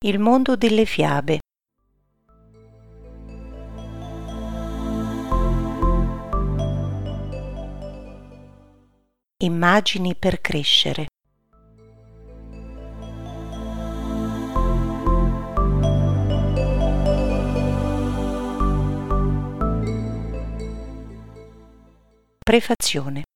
Il mondo delle fiabe. Immagini per crescere. Prefazione.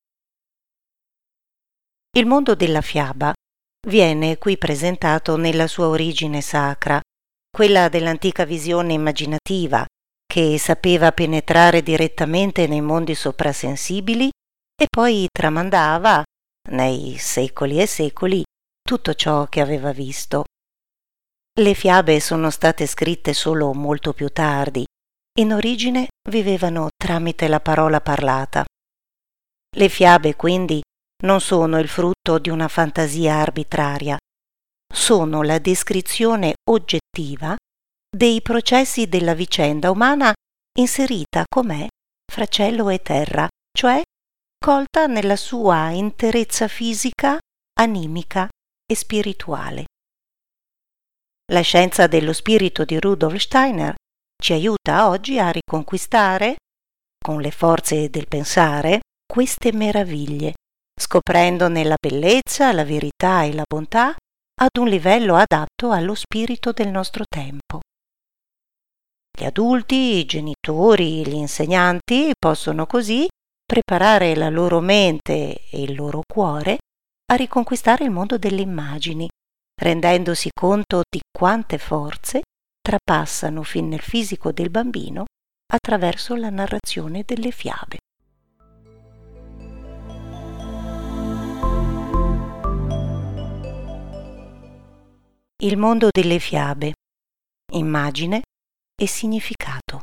Il mondo della fiaba viene qui presentato nella sua origine sacra, quella dell'antica visione immaginativa che sapeva penetrare direttamente nei mondi soprasensibili e poi tramandava, nei secoli e secoli, tutto ciò che aveva visto. Le fiabe sono state scritte solo molto più tardi. In origine vivevano tramite la parola parlata. Le fiabe, quindi, non sono il frutto di una fantasia arbitraria, sono la descrizione oggettiva dei processi della vicenda umana inserita com'è fra cielo e terra, cioè colta nella sua interezza fisica, animica e spirituale. La scienza dello spirito di Rudolf Steiner ci aiuta oggi a riconquistare, con le forze del pensare, queste meraviglie, scoprendone la bellezza, la verità e la bontà ad un livello adatto allo spirito del nostro tempo. Gli adulti, i genitori, gli insegnanti possono così preparare la loro mente e il loro cuore a riconquistare il mondo delle immagini, rendendosi conto di quante forze trapassano fin nel fisico del bambino attraverso la narrazione delle fiabe. Il mondo delle fiabe, immagine e significato.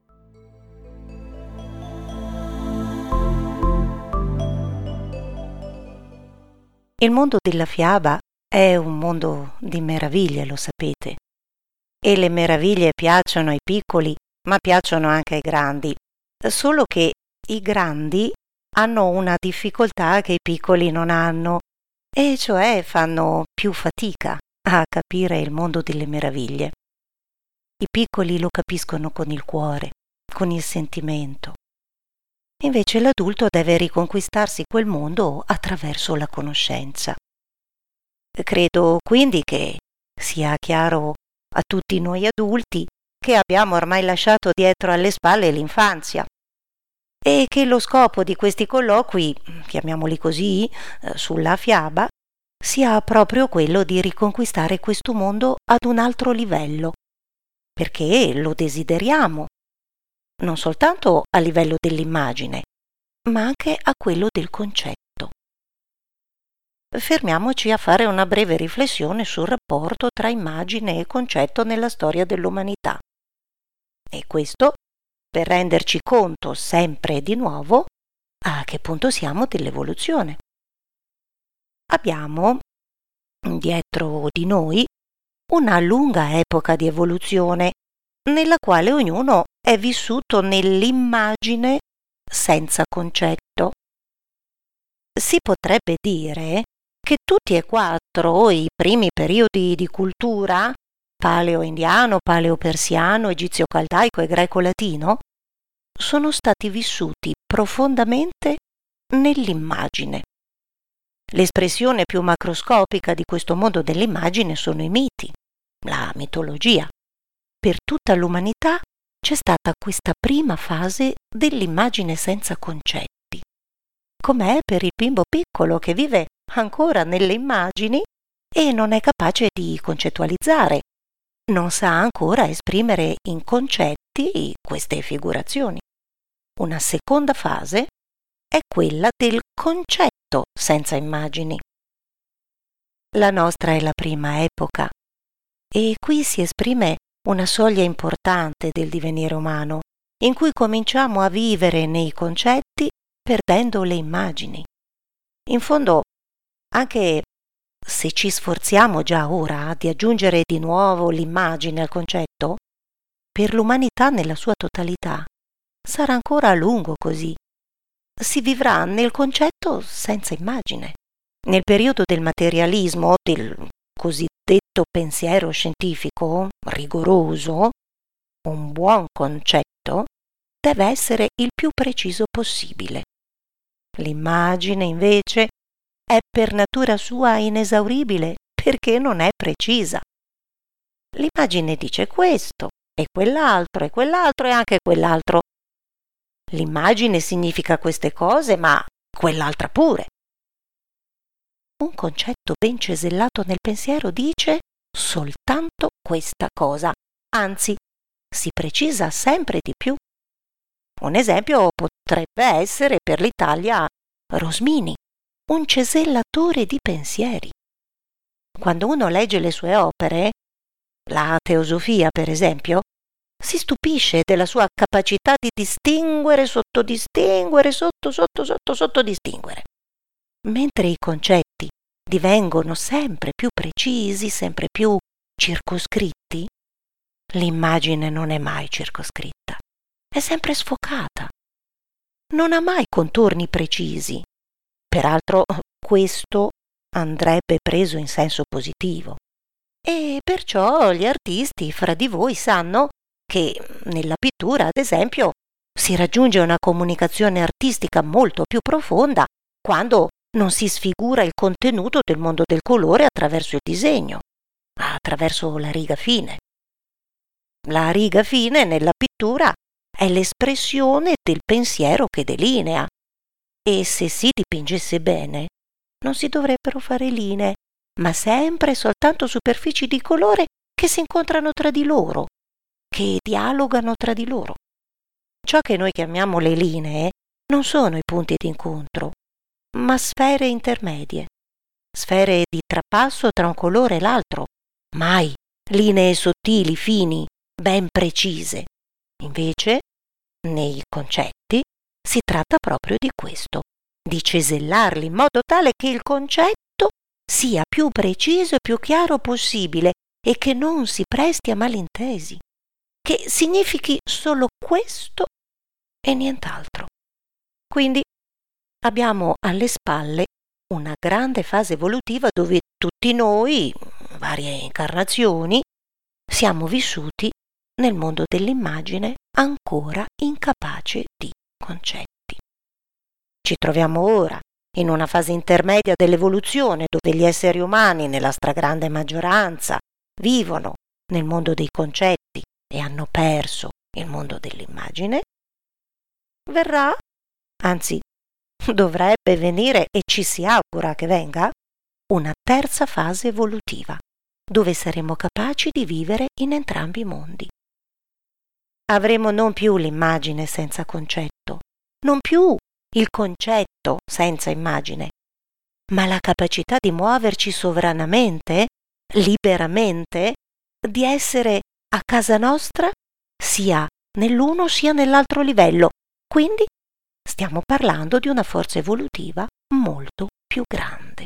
Il mondo della fiaba è un mondo di meraviglie, lo sapete. E le meraviglie piacciono ai piccoli, ma piacciono anche ai grandi. Solo che i grandi hanno una difficoltà che i piccoli non hanno, e cioè fanno più fatica a capire il mondo delle meraviglie. I piccoli lo capiscono con il cuore, con il sentimento. Invece l'adulto deve riconquistarsi quel mondo attraverso la conoscenza. Credo quindi che sia chiaro a tutti noi adulti che abbiamo ormai lasciato dietro alle spalle l'infanzia e che lo scopo di questi colloqui, chiamiamoli così, sulla fiaba, sia proprio quello di riconquistare questo mondo ad un altro livello, perché lo desideriamo, non soltanto a livello dell'immagine, ma anche a quello del concetto. Fermiamoci a fare una breve riflessione sul rapporto tra immagine e concetto nella storia dell'umanità. E questo per renderci conto sempre e di nuovo a che punto siamo dell'evoluzione. Abbiamo dietro di noi una lunga epoca di evoluzione nella quale ognuno è vissuto nell'immagine senza concetto. Si potrebbe dire che tutti e quattro i primi periodi di cultura, paleo-indiano, paleo-persiano, egizio-caldaico e greco-latino, sono stati vissuti profondamente nell'immagine. L'espressione più macroscopica di questo mondo dell'immagine sono i miti, la mitologia. Per tutta l'umanità c'è stata questa prima fase dell'immagine senza concetti, com'è per il bimbo piccolo che vive ancora nelle immagini e non è capace di concettualizzare, non sa ancora esprimere in concetti queste figurazioni. Una seconda fase è quella del concetto senza immagini. La nostra è la prima epoca e qui si esprime una soglia importante del divenire umano, in cui cominciamo a vivere nei concetti perdendo le immagini. In fondo, anche se ci sforziamo già ora di aggiungere di nuovo l'immagine al concetto, per l'umanità nella sua totalità sarà ancora a lungo così. Si vivrà nel concetto senza immagine. Nel periodo del materialismo, del cosiddetto perfetto pensiero scientifico, rigoroso, un buon concetto deve essere il più preciso possibile. L'immagine, invece, è per natura sua inesauribile perché non è precisa. L'immagine dice questo e quell'altro e anche quell'altro. L'immagine significa queste cose, ma quell'altra pure. Un concetto ben cesellato nel pensiero dice soltanto questa cosa, anzi, si precisa sempre di più. Un esempio potrebbe essere per l'Italia Rosmini, un cesellatore di pensieri. Quando uno legge le sue opere, la Teosofia per esempio, si stupisce della sua capacità di distinguere, sottodistinguere, sottodistinguere. Mentre i concetti divengono sempre più precisi, sempre più circoscritti, l'immagine non è mai circoscritta, è sempre sfocata. Non ha mai contorni precisi. Peraltro questo andrebbe preso in senso positivo. E perciò gli artisti fra di voi sanno che nella pittura, ad esempio, si raggiunge una comunicazione artistica molto più profonda quando non si sfigura il contenuto del mondo del colore attraverso il disegno, attraverso la riga fine. La riga fine nella pittura è l'espressione del pensiero che delinea, e se si dipingesse bene non si dovrebbero fare linee, ma sempre e soltanto superfici di colore che si incontrano tra di loro, che dialogano tra di loro. Ciò che noi chiamiamo le linee non sono i punti d'incontro, ma sfere intermedie, sfere di trapasso tra un colore e l'altro, mai linee sottili, fini, ben precise. Invece, nei concetti si tratta proprio di questo, di cesellarli in modo tale che il concetto sia più preciso e più chiaro possibile e che non si presti a malintesi, che significhi solo questo e nient'altro. Quindi abbiamo alle spalle una grande fase evolutiva dove tutti noi, varie incarnazioni, siamo vissuti nel mondo dell'immagine ancora incapace di concetti. Ci troviamo ora in una fase intermedia dell'evoluzione dove gli esseri umani, nella stragrande maggioranza, vivono nel mondo dei concetti e hanno perso il mondo dell'immagine. Verrà, anzi dovrebbe venire e ci si augura che venga, una terza fase evolutiva, dove saremo capaci di vivere in entrambi i mondi. Avremo non più l'immagine senza concetto, non più il concetto senza immagine, ma la capacità di muoverci sovranamente, liberamente, di essere a casa nostra sia nell'uno sia nell'altro livello. Quindi stiamo parlando di una forza evolutiva molto più grande.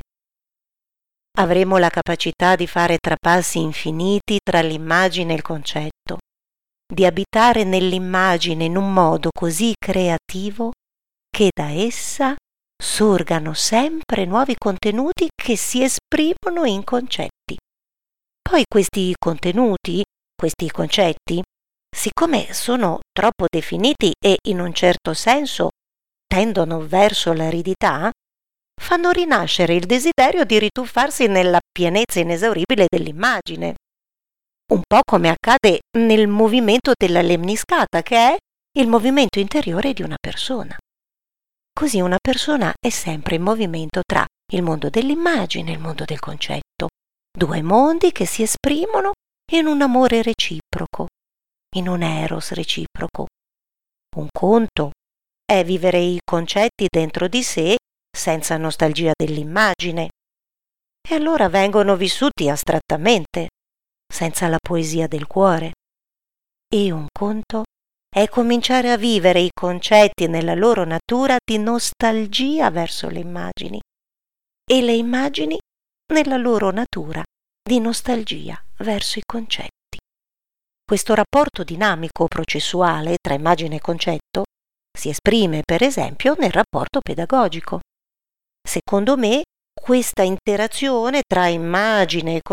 Avremo la capacità di fare trapassi infiniti tra l'immagine e il concetto, di abitare nell'immagine in un modo così creativo che da essa sorgano sempre nuovi contenuti che si esprimono in concetti. Poi questi contenuti, questi concetti, siccome sono troppo definiti e in un certo senso tendono verso l'aridità, fanno rinascere il desiderio di rituffarsi nella pienezza inesauribile dell'immagine. Un po' come accade nel movimento della lemniscata, che è il movimento interiore di una persona. Così una persona è sempre in movimento tra il mondo dell'immagine e il mondo del concetto, due mondi che si esprimono in un amore reciproco, in un eros reciproco. Un conto è vivere i concetti dentro di sé senza nostalgia dell'immagine, e allora vengono vissuti astrattamente, senza la poesia del cuore. E un conto è cominciare a vivere i concetti nella loro natura di nostalgia verso le immagini, e le immagini nella loro natura di nostalgia verso i concetti. Questo rapporto dinamico processuale tra immagine e concetto si esprime, per esempio, nel rapporto pedagogico. Secondo me, questa interazione tra immagine e concetto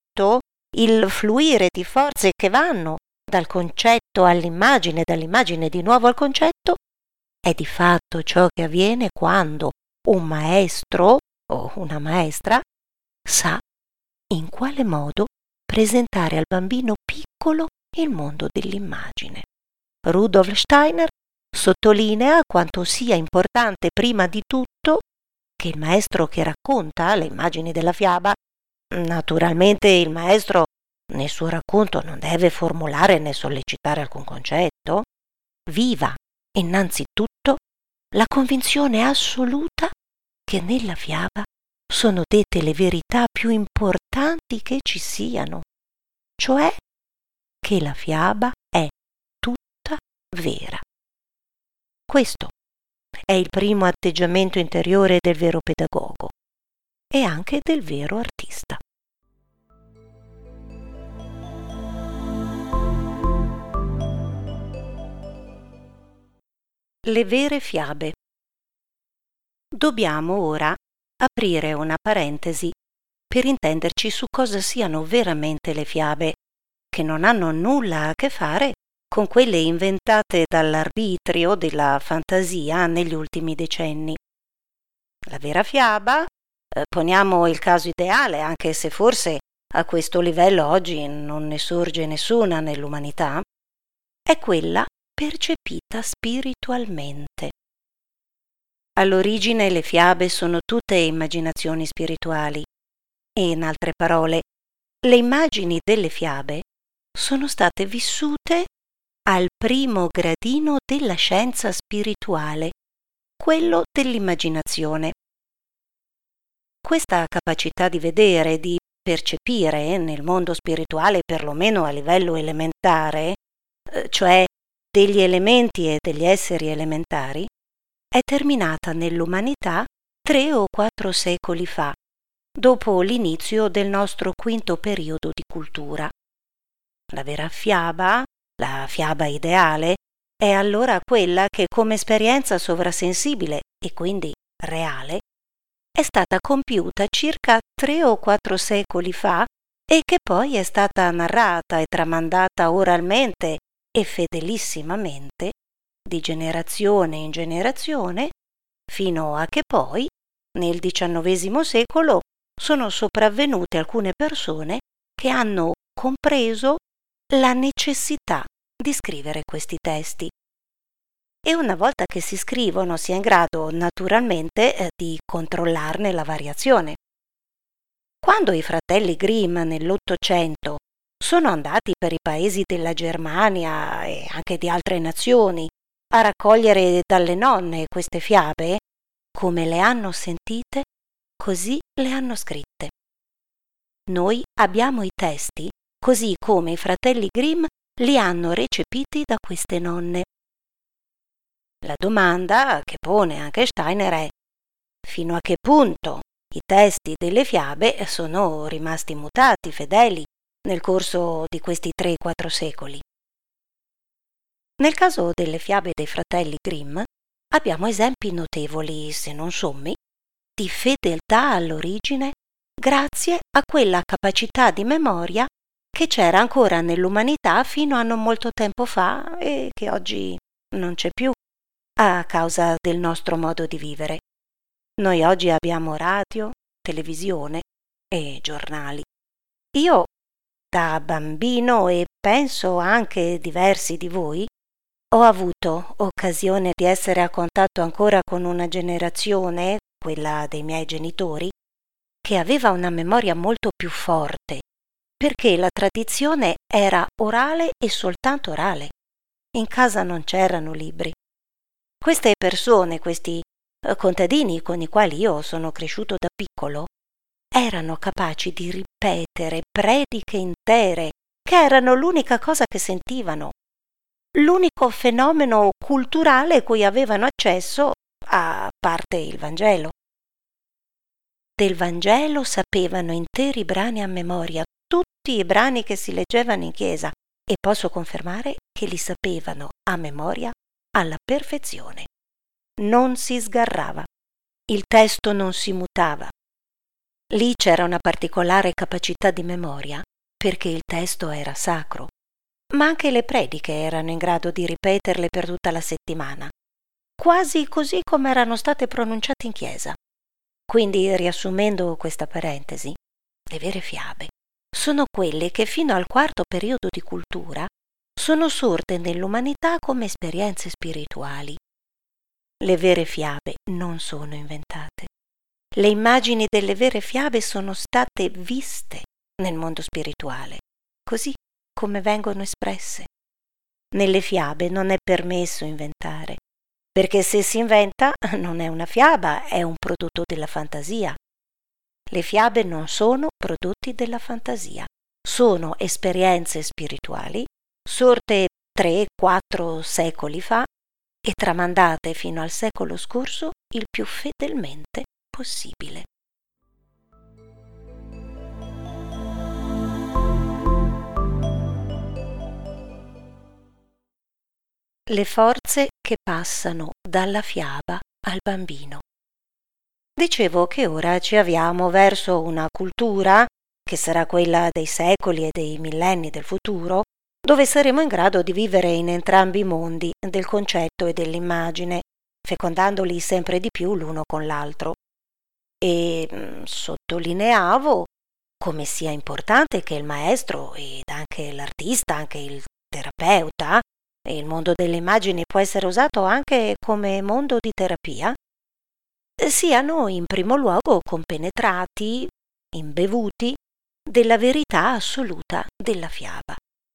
concetto, il fluire di forze che vanno dal concetto all'immagine, dall'immagine di nuovo al concetto, è di fatto ciò che avviene quando un maestro o una maestra sa in quale modo presentare al bambino piccolo il mondo dell'immagine. Rudolf Steiner sottolinea quanto sia importante prima di tutto che il maestro che racconta le immagini della fiaba, naturalmente il maestro nel suo racconto non deve formulare né sollecitare alcun concetto, viva innanzitutto la convinzione assoluta che nella fiaba sono dette le verità più importanti che ci siano, cioè che la fiaba è tutta vera. Questo è il primo atteggiamento interiore del vero pedagogo e anche del vero artista. Le vere fiabe. Dobbiamo ora aprire una parentesi per intenderci su cosa siano veramente le fiabe, che non hanno nulla a che fare con quelle inventate dall'arbitrio della fantasia negli ultimi decenni. La vera fiaba, poniamo il caso ideale, anche se forse a questo livello oggi non ne sorge nessuna nell'umanità, è quella percepita spiritualmente. All'origine le fiabe sono tutte immaginazioni spirituali e, in altre parole, le immagini delle fiabe sono state vissute al primo gradino della scienza spirituale, quello dell'immaginazione. Questa capacità di vedere, di percepire nel mondo spirituale, perlomeno a livello elementare, cioè degli elementi e degli esseri elementari, è terminata nell'umanità 3 o 4 secoli fa, dopo l'inizio del nostro quinto periodo di cultura. La vera fiaba, la fiaba ideale, è allora quella che come esperienza sovrasensibile e quindi reale è stata compiuta circa 3 o 4 secoli fa e che poi è stata narrata e tramandata oralmente e fedelissimamente di generazione in generazione, fino a che poi, nel XIX secolo, sono sopravvenute alcune persone che hanno compreso la necessità di scrivere questi testi. E una volta che si scrivono si è in grado naturalmente di controllarne la variazione. Quando i fratelli Grimm nell'Ottocento sono andati per i paesi della Germania e anche di altre nazioni a raccogliere dalle nonne queste fiabe, come le hanno sentite, così le hanno scritte. Noi abbiamo i testi così come i fratelli Grimm li hanno recepiti da queste nonne. La domanda che pone anche Steiner è: fino a che punto i testi delle fiabe sono rimasti mutati, fedeli, nel corso di questi 3-4 secoli? Nel caso delle fiabe dei fratelli Grimm abbiamo esempi notevoli, se non sommi, di fedeltà all'origine grazie a quella capacità di memoria che c'era ancora nell'umanità fino a non molto tempo fa e che oggi non c'è più a causa del nostro modo di vivere. Noi oggi abbiamo radio, televisione e giornali. Io, da bambino e penso anche diversi di voi, ho avuto occasione di essere a contatto ancora con una generazione, quella dei miei genitori, che aveva una memoria molto più forte, perché la tradizione era orale e soltanto orale. In casa non c'erano libri. Queste persone, questi contadini con i quali io sono cresciuto da piccolo, erano capaci di ripetere prediche intere, che erano l'unica cosa che sentivano, l'unico fenomeno culturale cui avevano accesso, a parte il Vangelo. Del Vangelo sapevano interi brani a memoria, tutti i brani che si leggevano in chiesa, e posso confermare che li sapevano a memoria alla perfezione. Non si sgarrava, il testo non si mutava. Lì c'era una particolare capacità di memoria, perché il testo era sacro, ma anche le prediche erano in grado di ripeterle per tutta la settimana, quasi così come erano state pronunciate in chiesa. Quindi, riassumendo questa parentesi, le vere fiabe sono quelle che fino al quarto periodo di cultura sono sorte nell'umanità come esperienze spirituali. Le vere fiabe non sono inventate. Le immagini delle vere fiabe sono state viste nel mondo spirituale, così come vengono espresse. Nelle fiabe non è permesso inventare, perché se si inventa non è una fiaba, è un prodotto della fantasia. Le fiabe non sono prodotti della fantasia, sono esperienze spirituali sorte 3-4 secoli fa e tramandate fino al secolo scorso il più fedelmente possibile. Le forze che passano dalla fiaba al bambino. Dicevo che ora ci avviamo verso una cultura, che sarà quella dei secoli e dei millenni del futuro, dove saremo in grado di vivere in entrambi i mondi del concetto e dell'immagine, fecondandoli sempre di più l'uno con l'altro. E sottolineavo come sia importante che il maestro ed anche l'artista, anche il terapeuta, e il mondo delle immagini può essere usato anche come mondo di terapia, siano in primo luogo compenetrati, imbevuti della verità assoluta della fiaba.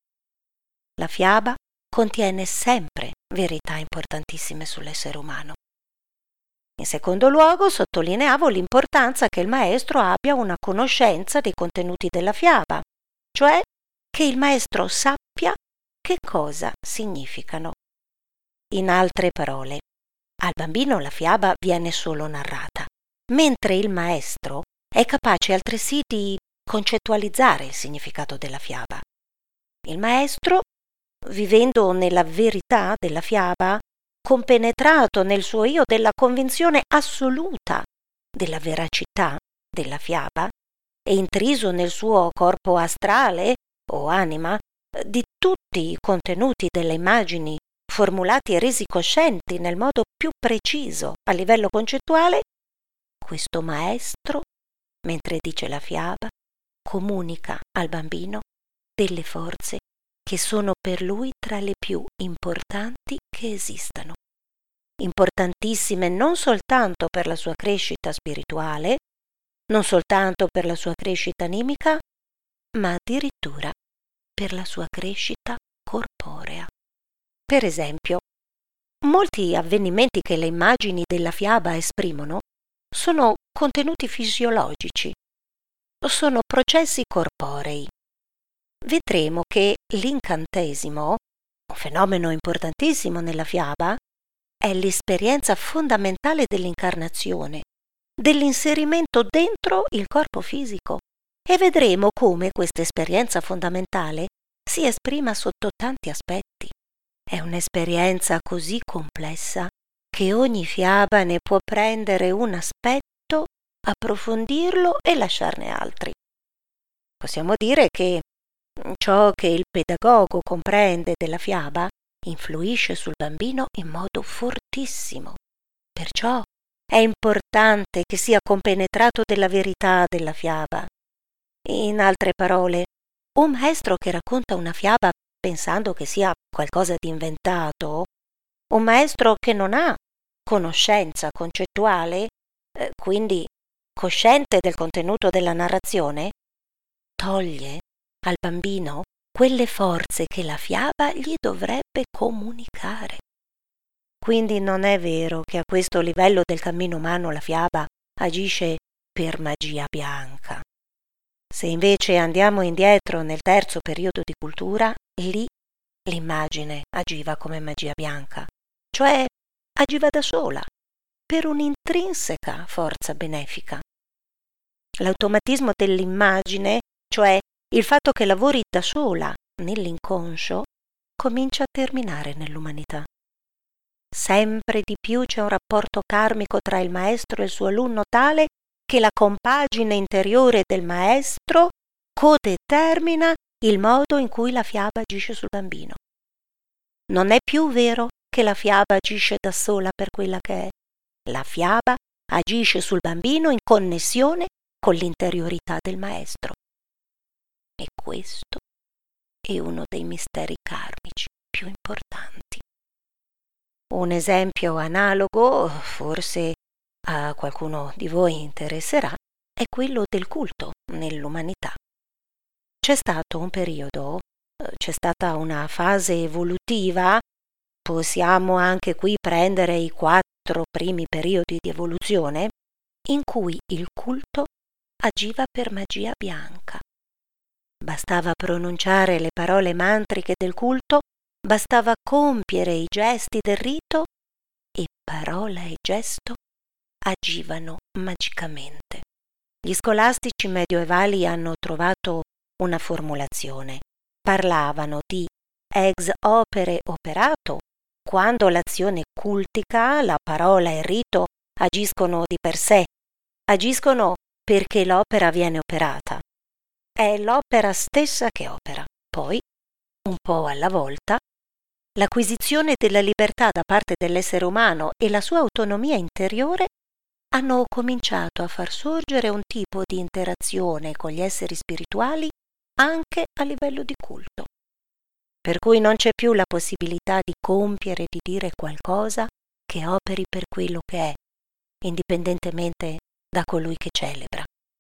La fiaba contiene sempre verità importantissime sull'essere umano. In secondo luogo, sottolineavo l'importanza che il maestro abbia una conoscenza dei contenuti della fiaba, cioè che il maestro sappia che cosa significano. In altre parole, al bambino la fiaba viene solo narrata, mentre il maestro è capace altresì di concettualizzare il significato della fiaba. Il maestro, vivendo nella verità della fiaba, compenetrato nel suo io della convinzione assoluta della veracità della fiaba e intriso nel suo corpo astrale o anima di tutti i contenuti delle immagini formulati e resi coscienti nel modo più preciso a livello concettuale, questo maestro, mentre dice la fiaba, comunica al bambino delle forze che sono per lui tra le più importanti che esistano. Importantissime non soltanto per la sua crescita spirituale, non soltanto per la sua crescita animica, ma addirittura per la sua crescita corporea. Per esempio, molti avvenimenti che le immagini della fiaba esprimono sono contenuti fisiologici, sono processi corporei. Vedremo che l'incantesimo, un fenomeno importantissimo nella fiaba, è l'esperienza fondamentale dell'incarnazione, dell'inserimento dentro il corpo fisico, e vedremo come questa esperienza fondamentale si esprima sotto tanti aspetti. È un'esperienza così complessa che ogni fiaba ne può prendere un aspetto, approfondirlo e lasciarne altri. Possiamo dire che ciò che il pedagogo comprende della fiaba influisce sul bambino in modo fortissimo. Perciò è importante che sia compenetrato della verità della fiaba. In altre parole, un maestro che racconta una fiaba pensando che sia qualcosa di inventato, un maestro che non ha conoscenza concettuale, quindi cosciente del contenuto della narrazione, toglie al bambino quelle forze che la fiaba gli dovrebbe comunicare. Quindi non è vero che a questo livello del cammino umano la fiaba agisce per magia bianca. Se invece andiamo indietro nel terzo periodo di cultura, lì l'immagine agiva come magia bianca, cioè agiva da sola, per un'intrinseca forza benefica. L'automatismo dell'immagine, cioè il fatto che lavori da sola nell'inconscio, comincia a terminare nell'umanità. Sempre di più c'è un rapporto karmico tra il maestro e il suo alunno tale che la compagine interiore del maestro codetermina il modo in cui la fiaba agisce sul bambino. Non è più vero che la fiaba agisce da sola per quella che è. La fiaba agisce sul bambino in connessione con l'interiorità del maestro. E questo è uno dei misteri karmici più importanti. Un esempio analogo, forse a qualcuno di voi interesserà, è quello del culto nell'umanità. C'è stato un periodo, c'è stata una fase evolutiva, possiamo anche qui prendere i 4 primi periodi di evoluzione, in cui il culto agiva per magia bianca. Bastava pronunciare le parole mantriche del culto, bastava compiere i gesti del rito e parola e gesto agivano magicamente. Gli scolastici medioevali hanno trovato una formulazione. Parlavano di ex opere operato, quando l'azione cultica, la parola e il rito agiscono di per sé, agiscono perché l'opera viene operata. È l'opera stessa che opera. Poi, un po' alla volta, l'acquisizione della libertà da parte dell'essere umano e la sua autonomia interiore hanno cominciato a far sorgere un tipo di interazione con gli esseri spirituali anche a livello di culto. Per cui non c'è più la possibilità di compiere e di dire qualcosa che operi per quello che è, indipendentemente da colui che celebra.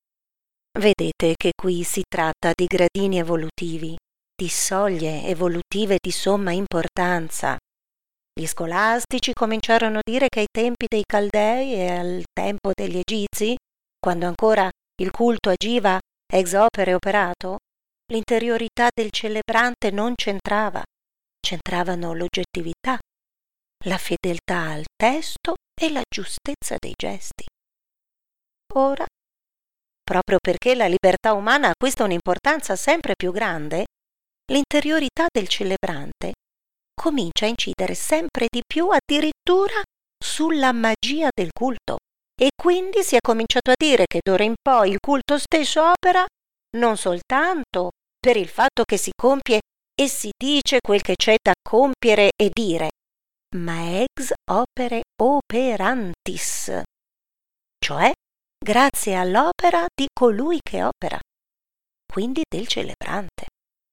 Vedete che qui si tratta di gradini evolutivi, di soglie evolutive di somma importanza. Gli scolastici cominciarono a dire che ai tempi dei Caldei e al tempo degli Egizi, quando ancora il culto agiva ex opere operato, l'interiorità del celebrante non c'entrava, c'entravano l'oggettività, la fedeltà al testo e la giustezza dei gesti. Ora, proprio perché la libertà umana acquista un'importanza sempre più grande, l'interiorità del celebrante comincia a incidere sempre di più addirittura sulla magia del culto e quindi si è cominciato a dire che d'ora in poi il culto stesso opera non soltanto per il fatto che si compie e si dice quel che c'è da compiere e dire, ma ex opere operantis, cioè grazie all'opera di colui che opera, quindi del celebrante.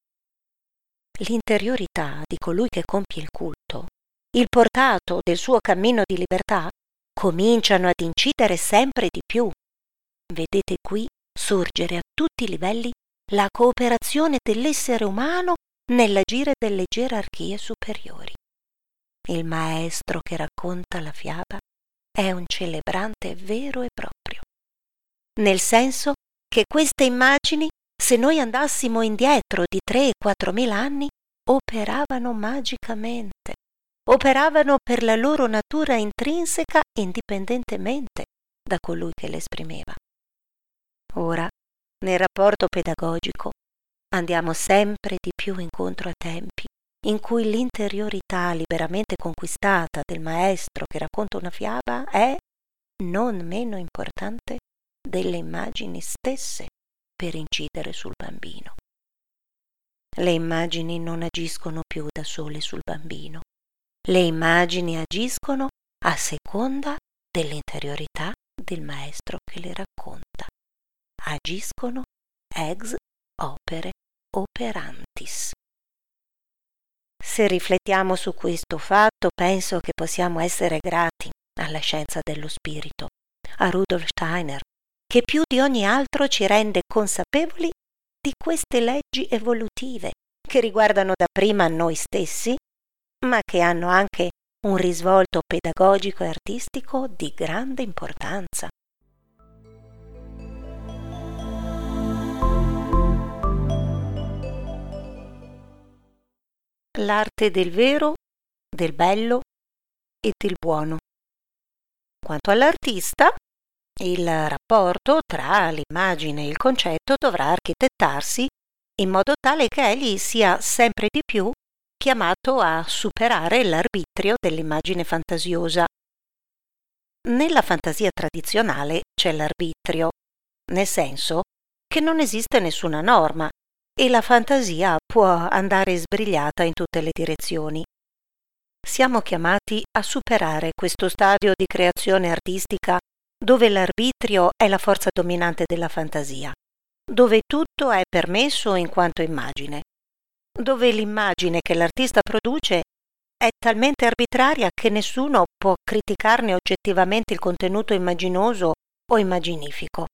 L'interiorità di colui che compie il culto, il portato del suo cammino di libertà, cominciano ad incidere sempre di più. Vedete qui sorgere a tutti i livelli la cooperazione dell'essere umano nell'agire delle gerarchie superiori. Il maestro che racconta la fiaba è un celebrante vero e proprio, nel senso che queste immagini, se noi andassimo indietro di 3-4 mila anni, operavano magicamente, operavano per la loro natura intrinseca indipendentemente da colui che le esprimeva. Ora, nel rapporto pedagogico, andiamo sempre di più incontro a tempi in cui l'interiorità liberamente conquistata del maestro che racconta una fiaba è non meno importante delle immagini stesse per incidere sul bambino. Le immagini non agiscono più da sole sul bambino. Le immagini agiscono a seconda dell'interiorità del maestro che le racconta. Agiscono ex opere operantis. Se riflettiamo su questo fatto, penso che possiamo essere grati alla scienza dello spirito, a Rudolf Steiner, che più di ogni altro ci rende consapevoli di queste leggi evolutive che riguardano dapprima noi stessi, ma che hanno anche un risvolto pedagogico e artistico di grande importanza. L'arte del vero, del bello e del buono. Quanto all'artista, il rapporto tra l'immagine e il concetto dovrà architettarsi in modo tale che egli sia sempre di più chiamato a superare l'arbitrio dell'immagine fantasiosa. Nella fantasia tradizionale c'è l'arbitrio, nel senso che non esiste nessuna norma e la fantasia può andare sbrigliata in tutte le direzioni. Siamo chiamati a superare questo stadio di creazione artistica dove l'arbitrio è la forza dominante della fantasia, dove tutto è permesso in quanto immagine, dove l'immagine che l'artista produce è talmente arbitraria che nessuno può criticarne oggettivamente il contenuto immaginoso o immaginifico.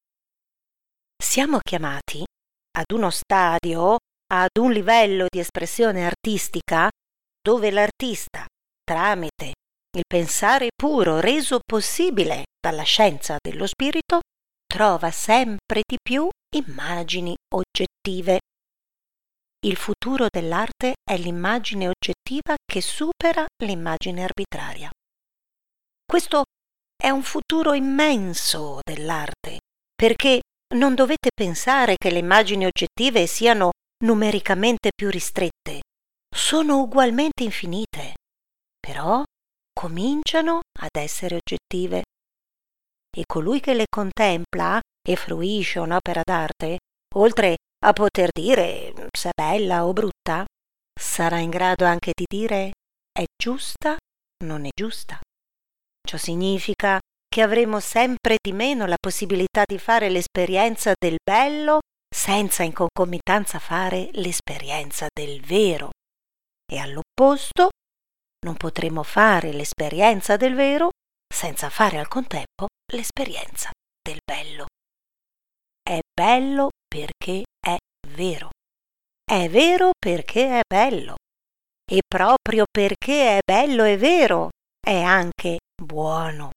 Siamo chiamati ad uno stadio, ad un livello di espressione artistica dove l'artista, tramite il pensare puro reso possibile dalla scienza dello spirito, trova sempre di più immagini oggettive. Il futuro dell'arte è l'immagine oggettiva che supera l'immagine arbitraria. Questo è un futuro immenso dell'arte, perché non dovete pensare che le immagini oggettive siano numericamente più ristrette. Sono ugualmente infinite, però cominciano ad essere oggettive. E colui che le contempla e fruisce un'opera d'arte, oltre a poter dire se è bella o brutta, sarà in grado anche di dire è giusta, non è giusta. Ciò significa che avremo sempre di meno la possibilità di fare l'esperienza del bello senza in concomitanza fare l'esperienza del vero. E all'opposto, non potremo fare l'esperienza del vero senza fare al contempo l'esperienza del bello. È bello perché è vero. È vero perché è bello. E proprio perché è bello e vero, è anche buono.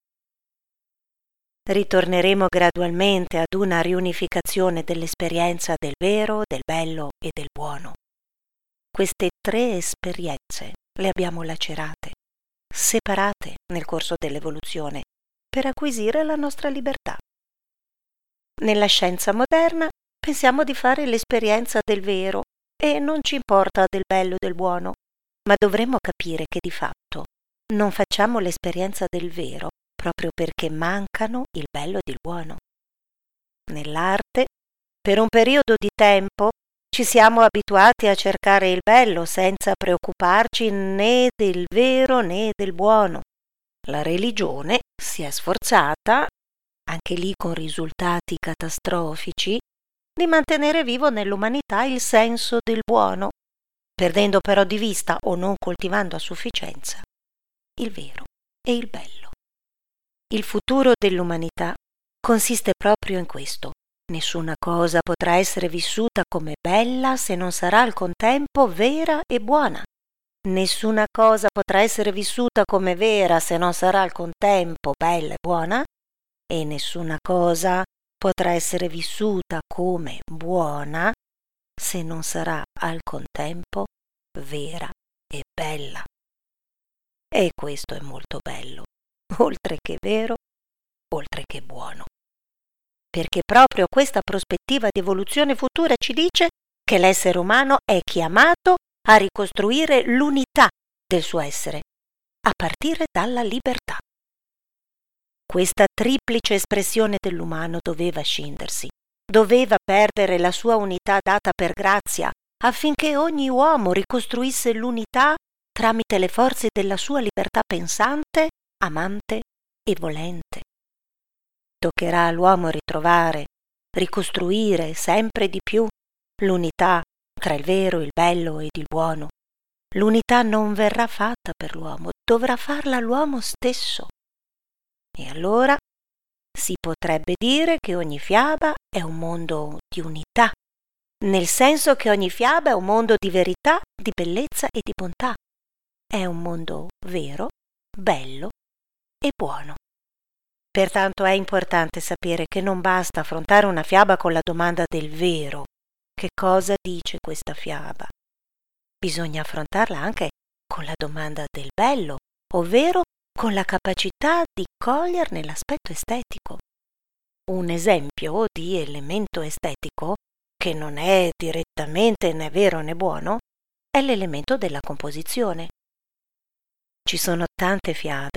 Ritorneremo gradualmente ad una riunificazione dell'esperienza del vero, del bello e del buono. Queste tre esperienze le abbiamo lacerate, separate nel corso dell'evoluzione, per acquisire la nostra libertà. Nella scienza moderna pensiamo di fare l'esperienza del vero e non ci importa del bello e del buono, ma dovremmo capire che di fatto non facciamo l'esperienza del vero proprio perché mancano il bello ed il buono. Nell'arte, per un periodo di tempo, ci siamo abituati a cercare il bello senza preoccuparci né del vero né del buono. La religione si è sforzata, anche lì con risultati catastrofici, di mantenere vivo nell'umanità il senso del buono, perdendo però di vista o non coltivando a sufficienza il vero e il bello. Il futuro dell'umanità consiste proprio in questo. Nessuna cosa potrà essere vissuta come bella se non sarà al contempo vera e buona. Nessuna cosa potrà essere vissuta come vera se non sarà al contempo bella e buona, e nessuna cosa potrà essere vissuta come buona se non sarà al contempo vera e bella. E questo è molto bello, oltre che vero, oltre che buono. Perché proprio questa prospettiva di evoluzione futura ci dice che l'essere umano è chiamato a ricostruire l'unità del suo essere, a partire dalla libertà. Questa triplice espressione dell'umano doveva scindersi, doveva perdere la sua unità data per grazia, affinché ogni uomo ricostruisse l'unità tramite le forze della sua libertà pensante, amante e volente. Toccherà all'uomo ritrovare, ricostruire sempre di più l'unità tra il vero, il bello ed il buono. L'unità non verrà fatta per l'uomo, dovrà farla l'uomo stesso. E allora si potrebbe dire che ogni fiaba è un mondo di unità, nel senso che ogni fiaba è un mondo di verità, di bellezza e di bontà. È un mondo vero, bello e buono. Pertanto è importante sapere che non basta affrontare una fiaba con la domanda del vero. Che cosa dice questa fiaba? Bisogna affrontarla anche con la domanda del bello, ovvero con la capacità di coglierne l'aspetto estetico. Un esempio di elemento estetico, che non è direttamente né vero né buono, è l'elemento della composizione. Ci sono tante fiabe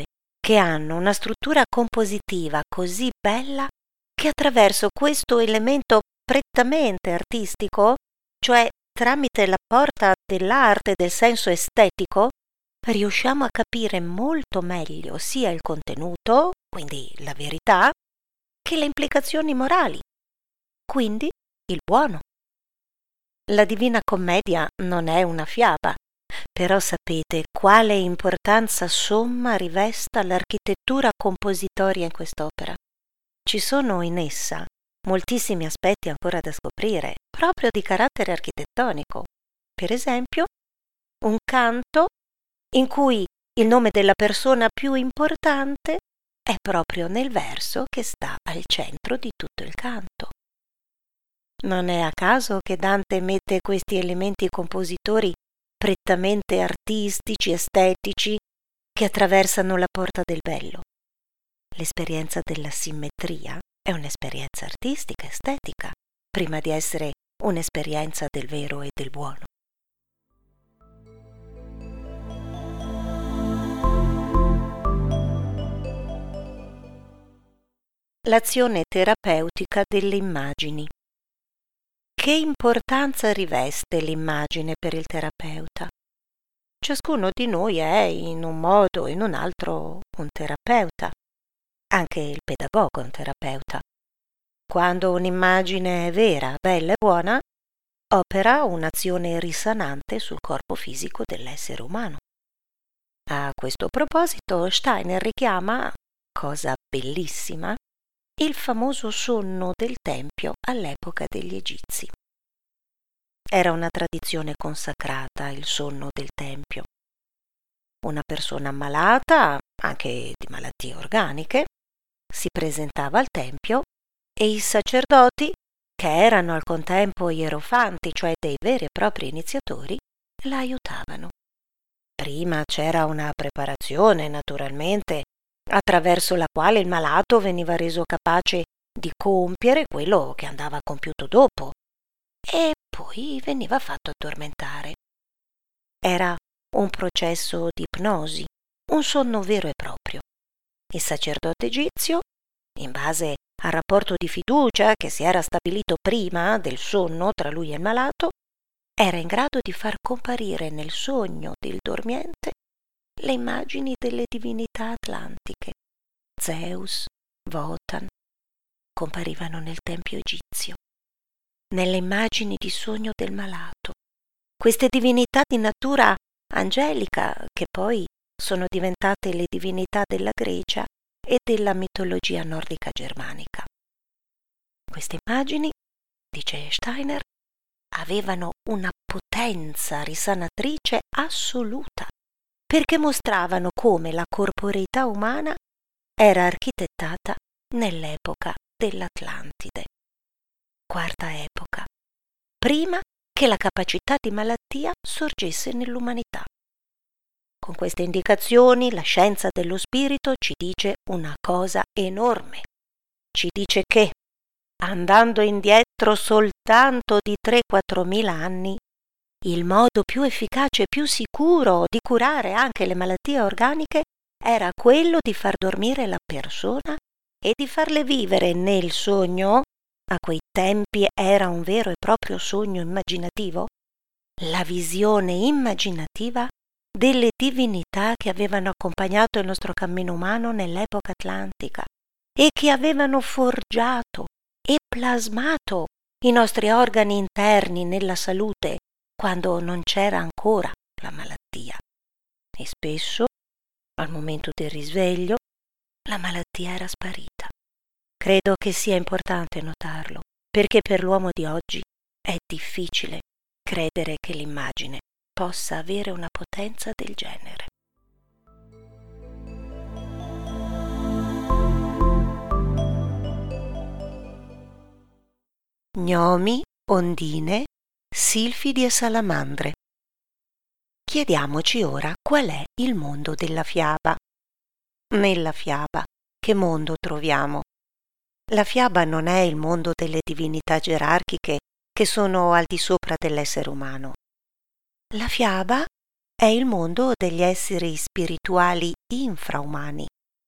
che hanno una struttura compositiva così bella che attraverso questo elemento prettamente artistico, cioè tramite la porta dell'arte, del senso estetico, riusciamo a capire molto meglio sia il contenuto, quindi la verità, che le implicazioni morali, quindi il buono. La Divina Commedia non è una fiaba, però sapete quale importanza somma rivesta l'architettura compositoria in quest'opera. Ci sono in essa moltissimi aspetti ancora da scoprire, proprio di carattere architettonico. Per esempio, un canto in cui il nome della persona più importante è proprio nel verso che sta al centro di tutto il canto. Non è a caso che Dante mette questi elementi compositori prettamente artistici, estetici, che attraversano la porta del bello. L'esperienza della simmetria è un'esperienza artistica, estetica, prima di essere un'esperienza del vero e del buono. L'azione terapeutica delle immagini. Che importanza riveste l'immagine per il terapeuta? Ciascuno di noi è in un modo o in un altro un terapeuta. Anche il pedagogo è un terapeuta. Quando un'immagine è vera, bella e buona, opera un'azione risanante sul corpo fisico dell'essere umano. A questo proposito Steiner richiama, cosa bellissima, il famoso sonno del tempio all'epoca degli Egizi. Era una tradizione consacrata il sonno del tempio. Una persona ammalata, anche di malattie organiche, si presentava al tempio e i sacerdoti, che erano al contempo ierofanti, cioè dei veri e propri iniziatori, la aiutavano. Prima c'era una preparazione, naturalmente, attraverso la quale il malato veniva reso capace di compiere quello che andava compiuto dopo, e poi veniva fatto addormentare. Era un processo di ipnosi, un sonno vero e proprio. Il sacerdote egizio, in base al rapporto di fiducia che si era stabilito prima del sonno tra lui e il malato, era in grado di far comparire nel sogno del dormiente le immagini delle divinità atlantiche. Zeus, Wotan, comparivano nel tempio egizio, nelle immagini di sogno del malato. Queste divinità di natura angelica, che poi sono diventate le divinità della Grecia e della mitologia nordica germanica. Queste immagini, dice Steiner, avevano una potenza risanatrice assoluta, perché mostravano come la corporeità umana era architettata nell'epoca dell'Atlantide. Quarta epoca, prima che la capacità di malattia sorgesse nell'umanità. Con queste indicazioni la scienza dello spirito ci dice una cosa enorme. Ci dice che, andando indietro soltanto di 3-4 mila anni, il modo più efficace e più sicuro di curare anche le malattie organiche era quello di far dormire la persona e di farle vivere nel sogno. A quei tempi era un vero e proprio sogno immaginativo, la visione immaginativa delle divinità che avevano accompagnato il nostro cammino umano nell'epoca atlantica e che avevano forgiato e plasmato i nostri organi interni nella salute quando non c'era ancora la malattia. E spesso, al momento del risveglio, la malattia era sparita. Credo che sia importante notarlo, perché per l'uomo di oggi è difficile credere che l'immagine possa avere una potenza del genere. Gnomi, ondine, silfidi e salamandre. Chiediamoci ora qual è il mondo della fiaba. Nella fiaba, che mondo troviamo? La fiaba non è il mondo delle divinità gerarchiche che sono al di sopra dell'essere umano. La fiaba è il mondo degli esseri spirituali infraumani,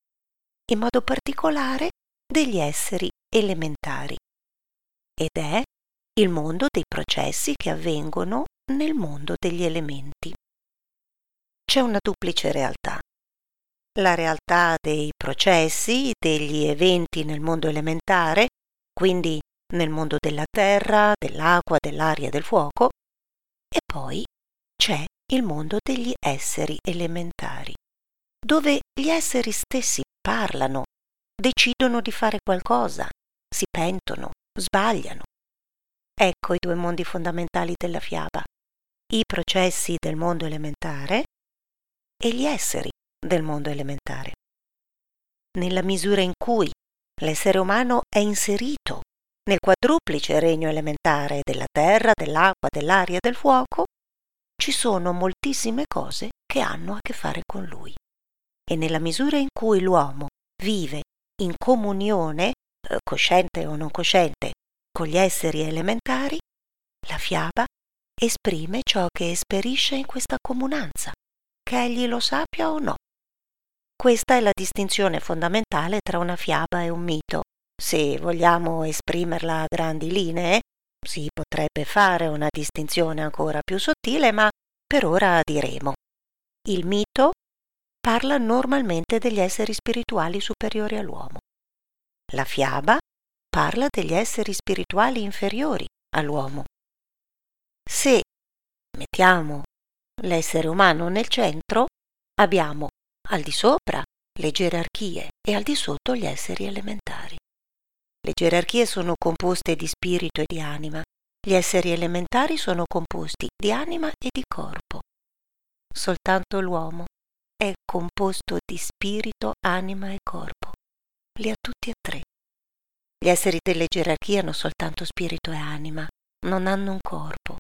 in modo particolare degli esseri elementari, ed è il mondo dei processi che avvengono nel mondo degli elementi. C'è una duplice realtà: la realtà dei processi, degli eventi nel mondo elementare, quindi nel mondo della terra, dell'acqua, dell'aria e del fuoco, e poi c'è il mondo degli esseri elementari, dove gli esseri stessi parlano, decidono di fare qualcosa, si pentono, sbagliano. Ecco i due mondi fondamentali della fiaba: i processi del mondo elementare e gli esseri del mondo elementare. Nella misura in cui l'essere umano è inserito nel quadruplice regno elementare della terra, dell'acqua, dell'aria e del fuoco, ci sono moltissime cose che hanno a che fare con lui. E nella misura in cui l'uomo vive in comunione, cosciente o non cosciente, con gli esseri elementari, la fiaba esprime ciò che esperisce in questa comunanza, che egli lo sappia o no. Questa è la distinzione fondamentale tra una fiaba e un mito. Se vogliamo esprimerla a grandi linee, si potrebbe fare una distinzione ancora più sottile, ma per ora diremo: il mito parla normalmente degli esseri spirituali superiori all'uomo. La fiaba parla degli esseri spirituali inferiori all'uomo. Se mettiamo l'essere umano nel centro, abbiamo al di sopra le gerarchie e al di sotto gli esseri elementari. Le gerarchie sono composte di spirito e di anima, gli esseri elementari sono composti di anima e di corpo. Soltanto l'uomo è composto di spirito, anima e corpo. Li ha tutti e tre. Gli esseri delle gerarchie hanno soltanto spirito e anima, non hanno un corpo.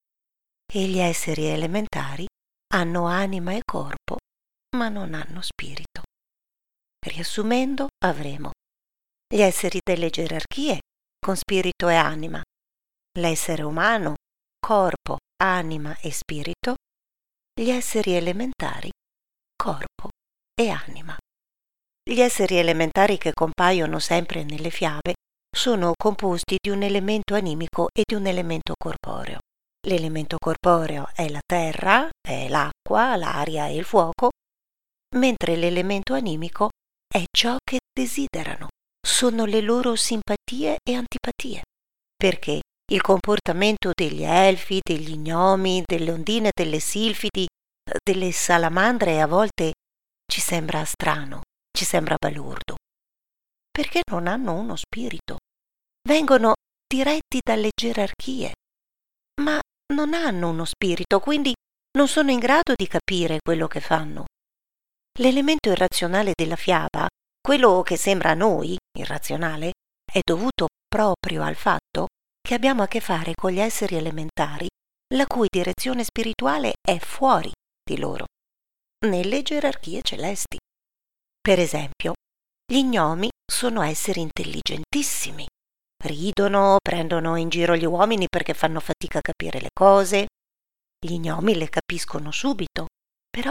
E gli esseri elementari hanno anima e corpo, ma non hanno spirito. Riassumendo, avremo gli esseri delle gerarchie con spirito e anima, l'essere umano, corpo, anima e spirito, gli esseri elementari, corpo e anima. Gli esseri elementari che compaiono sempre nelle fiabe sono composti di un elemento animico e di un elemento corporeo. L'elemento corporeo è la terra, è l'acqua, l'aria e il fuoco, mentre l'elemento animico è ciò che desiderano, sono le loro simpatie e antipatie, perché il comportamento degli elfi, degli gnomi, delle ondine, delle silfidi, delle salamandre a volte ci sembra strano, ci sembra balordo, perché non hanno uno spirito. Vengono diretti dalle gerarchie, ma non hanno uno spirito, quindi non sono in grado di capire quello che fanno. L'elemento irrazionale della fiaba, quello che sembra a noi irrazionale, è dovuto proprio al fatto che abbiamo a che fare con gli esseri elementari la cui direzione spirituale è fuori di loro, nelle gerarchie celesti. Per esempio, gli gnomi sono esseri intelligentissimi. Ridono, prendono in giro gli uomini perché fanno fatica a capire le cose. Gli gnomi le capiscono subito, però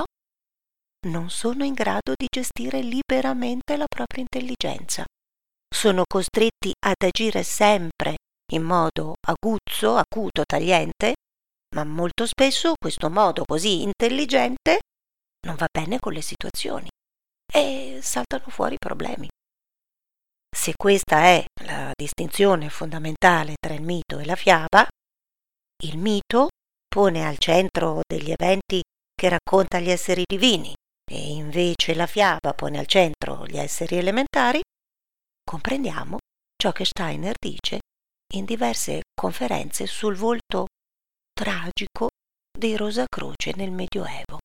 non sono in grado di gestire liberamente la propria intelligenza. Sono costretti ad agire sempre in modo aguzzo, acuto, tagliente, ma molto spesso questo modo così intelligente non va bene con le situazioni e saltano fuori i problemi. Se questa è la distinzione fondamentale tra il mito e la fiaba, il mito pone al centro degli eventi che racconta gli esseri divini e invece la fiaba pone al centro gli esseri elementari, comprendiamo ciò che Steiner dice in diverse conferenze sul volto tragico dei Rosacroce nel Medioevo.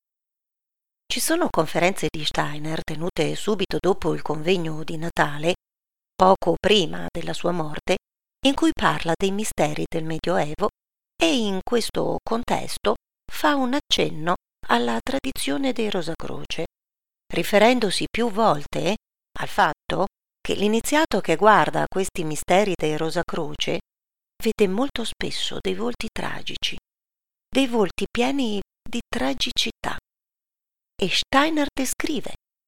Ci sono conferenze di Steiner tenute subito dopo il convegno di Natale, poco prima della sua morte, in cui parla dei misteri del Medioevo e in questo contesto fa un accenno alla tradizione dei Rosacroce, riferendosi più volte al fatto che l'iniziato che guarda questi misteri dei Rosacroce vede molto spesso dei volti tragici, dei volti pieni di tragicità. E Steiner descrive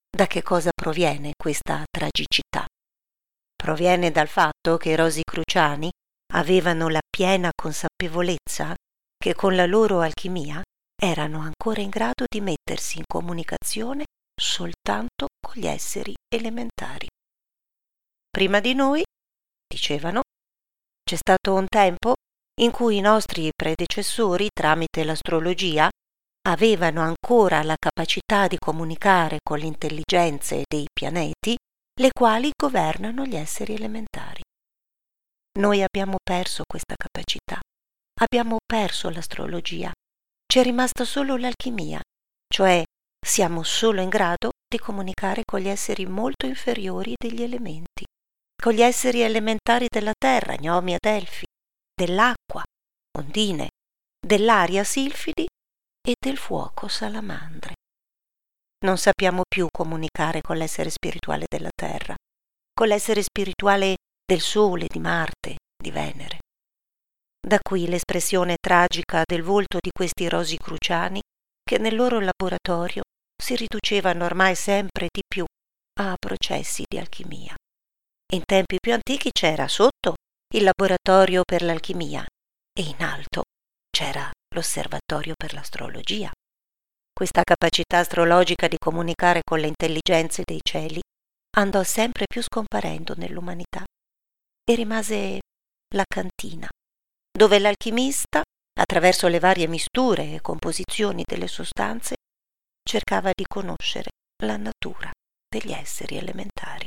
Da che cosa proviene questa tragicità? Proviene dal fatto che i Rosicruciani avevano la piena consapevolezza che con la loro alchimia erano ancora in grado di mettersi in comunicazione soltanto con gli esseri elementari. Prima di noi, dicevano, c'è stato un tempo in cui i nostri predecessori, tramite l'astrologia, avevano ancora la capacità di comunicare con le intelligenze dei pianeti, le quali governano gli esseri elementari. Noi abbiamo perso questa capacità, abbiamo perso l'astrologia, ci è rimasta solo l'alchimia, cioè siamo solo in grado di comunicare con gli esseri molto inferiori degli elementi, con gli esseri elementari della terra, gnomi ed elfi, dell'acqua, ondine, dell'aria, silfidi, e del fuoco, salamandre. Non sappiamo più comunicare con l'essere spirituale della terra, con l'essere spirituale del Sole, di Marte, di Venere. Da qui l'espressione tragica del volto di questi Rosicruciani che nel loro laboratorio si riducevano ormai sempre di più a processi di alchimia. In tempi più antichi c'era sotto il laboratorio per l'alchimia e in alto c'era l'osservatorio per l'astrologia. Questa capacità astrologica di comunicare con le intelligenze dei cieli andò sempre più scomparendo nell'umanità e rimase la cantina, dove l'alchimista, attraverso le varie misture e composizioni delle sostanze, cercava di conoscere la natura degli esseri elementari.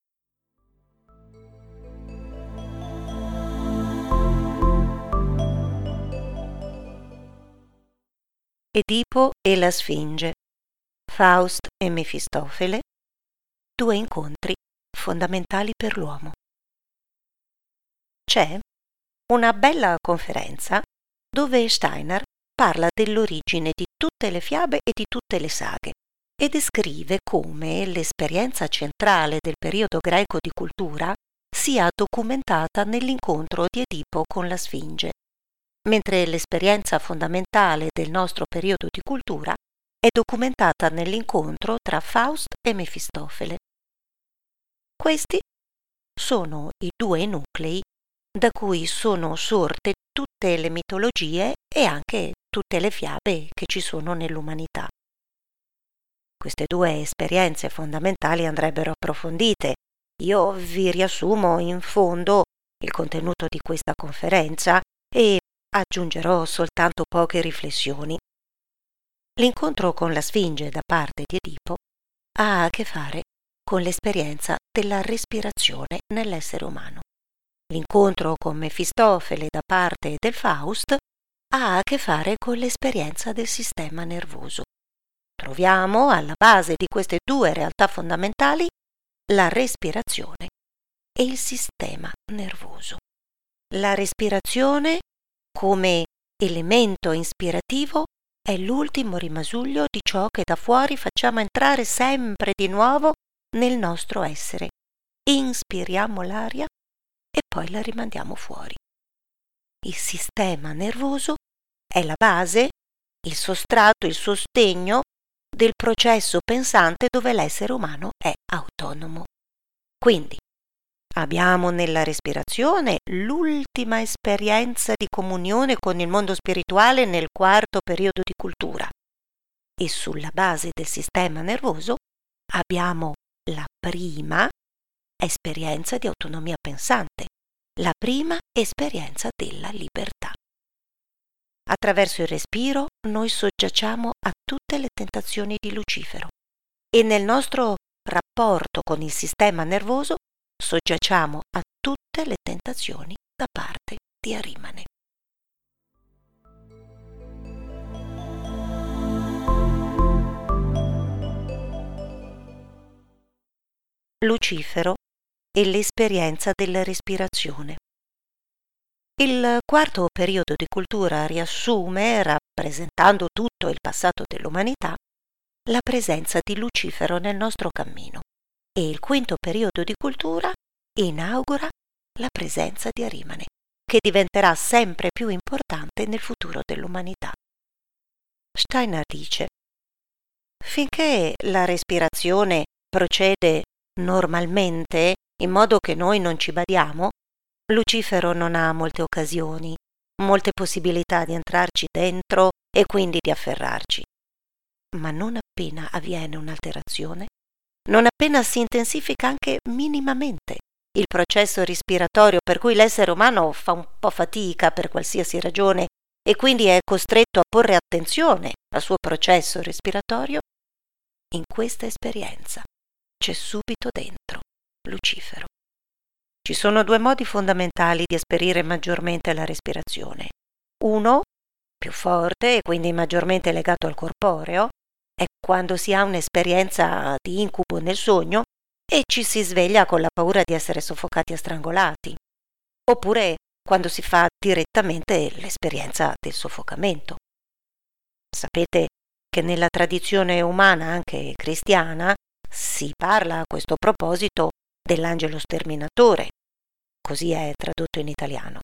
Edipo e la Sfinge, Faust e Mefistofele, due incontri fondamentali per l'uomo. C'è una bella conferenza dove Steiner parla dell'origine di tutte le fiabe e di tutte le saghe e descrive come l'esperienza centrale del periodo greco di cultura sia documentata nell'incontro di Edipo con la Sfinge, mentre l'esperienza fondamentale del nostro periodo di cultura è documentata nell'incontro tra Faust e Mefistofele. Questi sono i due nuclei da cui sono sorte tutte le mitologie e anche tutte le fiabe che ci sono nell'umanità. Queste due esperienze fondamentali andrebbero approfondite. Io vi riassumo in fondo il contenuto di questa conferenza e aggiungerò soltanto poche riflessioni. L'incontro con la Sfinge da parte di Edipo ha a che fare con l'esperienza della respirazione nell'essere umano. L'incontro con Mefistofele da parte del Faust ha a che fare con l'esperienza del sistema nervoso. Troviamo alla base di queste due realtà fondamentali la respirazione e il sistema nervoso. La respirazione come elemento ispirativo è l'ultimo rimasuglio di ciò che da fuori facciamo entrare sempre di nuovo nel nostro essere. Inspiriamo l'aria e poi la rimandiamo fuori. Il sistema nervoso è la base, il sostrato, il sostegno del processo pensante dove l'essere umano è autonomo. Quindi, abbiamo nella respirazione l'ultima esperienza di comunione con il mondo spirituale nel quarto periodo di cultura e sulla base del sistema nervoso abbiamo la prima esperienza di autonomia pensante, la prima esperienza della libertà. Attraverso il respiro noi soggiacciamo a tutte le tentazioni di Lucifero e nel nostro rapporto con il sistema nervoso soggiacciamo a tutte le tentazioni da parte di Arimane. Lucifero e l'esperienza della respirazione. Il quarto periodo di cultura riassume, rappresentando tutto il passato dell'umanità, la presenza di Lucifero nel nostro cammino e il quinto periodo di cultura inaugura la presenza di Arimane, che diventerà sempre più importante nel futuro dell'umanità. Steiner dice: finché la respirazione respirazione procede normalmente, in modo che noi non ci badiamo, Lucifero non ha molte occasioni, molte possibilità di entrarci dentro e quindi di afferrarci. Ma non appena avviene un'alterazione, non appena si intensifica anche minimamente il processo respiratorio, per cui l'essere umano fa un po' fatica per qualsiasi ragione e quindi è costretto a porre attenzione al suo processo respiratorio, in questa esperienza c'è subito dentro Lucifero. Ci sono due modi fondamentali di esperire maggiormente la respirazione. Uno, più forte e quindi maggiormente legato al corporeo, è quando si ha un'esperienza di incubo nel sogno e ci si sveglia con la paura di essere soffocati e strangolati, oppure quando si fa direttamente l'esperienza del soffocamento. Sapete che nella tradizione umana, anche cristiana, si parla a questo proposito dell'angelo sterminatore, così è tradotto in italiano.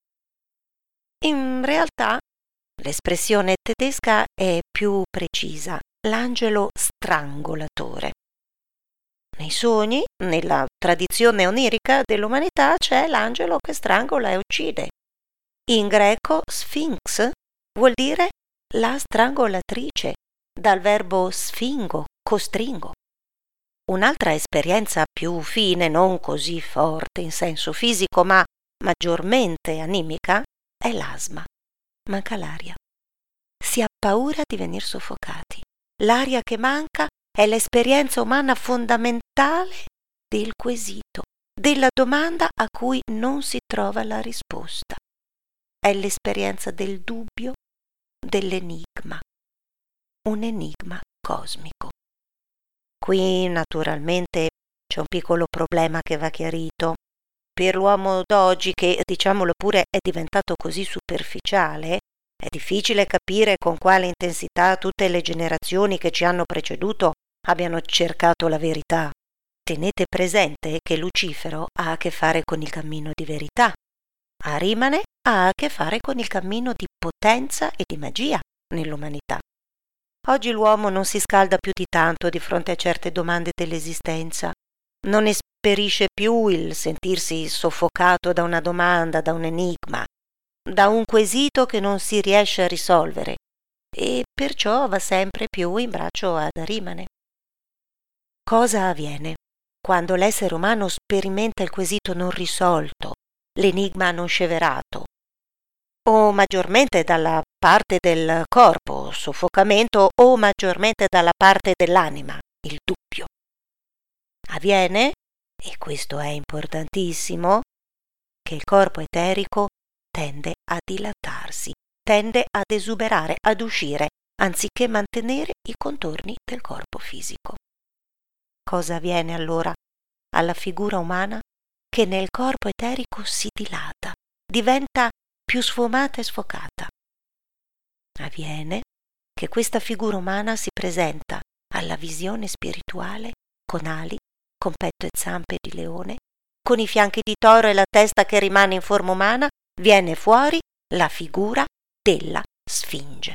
In realtà l'espressione tedesca è più precisa, l'angelo strangolatore. Nei sogni, nella tradizione onirica dell'umanità, c'è l'angelo che strangola e uccide. In greco Sphinx vuol dire la strangolatrice, dal verbo sfingo, costringo. Un'altra esperienza più fine, non così forte in senso fisico, ma maggiormente animica, è l'asma. Manca l'aria. Si ha paura di venir soffocati. L'aria che manca è l'esperienza umana fondamentale del quesito, della domanda a cui non si trova la risposta. È l'esperienza del dubbio, dell'enigma. Un enigma cosmico. Qui naturalmente c'è un piccolo problema che va chiarito. Per l'uomo d'oggi, che diciamolo pure è diventato così superficiale, è difficile capire con quale intensità tutte le generazioni che ci hanno preceduto abbiano cercato la verità. Tenete presente che Lucifero ha a che fare con il cammino di verità. Arimane ha a che fare con il cammino di potenza e di magia nell'umanità. Oggi l'uomo non si scalda più di tanto di fronte a certe domande dell'esistenza. Non esperisce più il sentirsi soffocato da una domanda, da un enigma, da un quesito che non si riesce a risolvere, e perciò va sempre più in braccio ad Arimane. Cosa avviene quando l'essere umano sperimenta il quesito non risolto, l'enigma non sceverato, o maggiormente dalla parte del corpo, soffocamento, o maggiormente dalla parte dell'anima, il dubbio? Avviene, e questo è importantissimo, che il corpo eterico tende a dilatarsi, tende ad esuberare, ad uscire, anziché mantenere i contorni del corpo fisico. Cosa avviene allora alla figura umana che nel corpo eterico si dilata, diventa più sfumata e sfocata? Avviene che questa figura umana si presenta alla visione spirituale con ali, con petto e zampe di leone, con i fianchi di toro e la testa che rimane in forma umana, viene fuori la figura della Sfinge.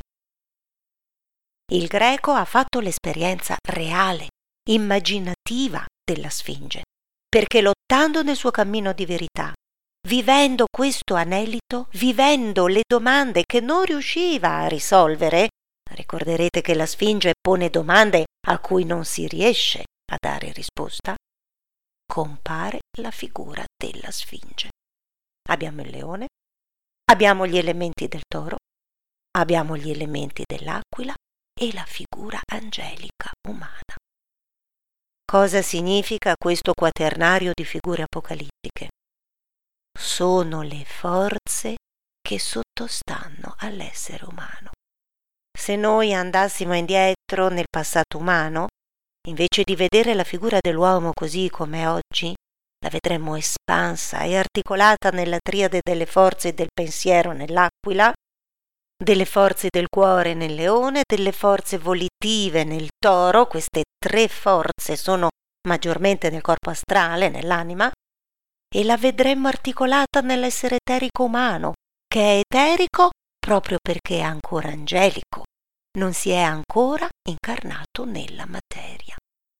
Il greco ha fatto l'esperienza reale, immaginativa della Sfinge, perché lottando nel suo cammino di verità, vivendo questo anelito, vivendo le domande che non riusciva a risolvere, ricorderete che la Sfinge pone domande a cui non si riesce a dare risposta, compare la figura della Sfinge. Abbiamo il leone, abbiamo gli elementi del toro, abbiamo gli elementi dell'aquila e la figura angelica umana. Cosa significa questo quaternario di figure apocalittiche? Sono le forze che sottostanno all'essere umano. Se noi andassimo indietro nel passato umano, invece di vedere la figura dell'uomo così come oggi, la vedremmo espansa e articolata nella triade delle forze del pensiero nell'aquila, delle forze del cuore nel leone, delle forze volitive nel toro. Queste tre forze sono maggiormente nel corpo astrale, nell'anima, e la vedremmo articolata nell'essere eterico umano, che è eterico proprio perché è ancora angelico, non si è ancora incarnato nella materia.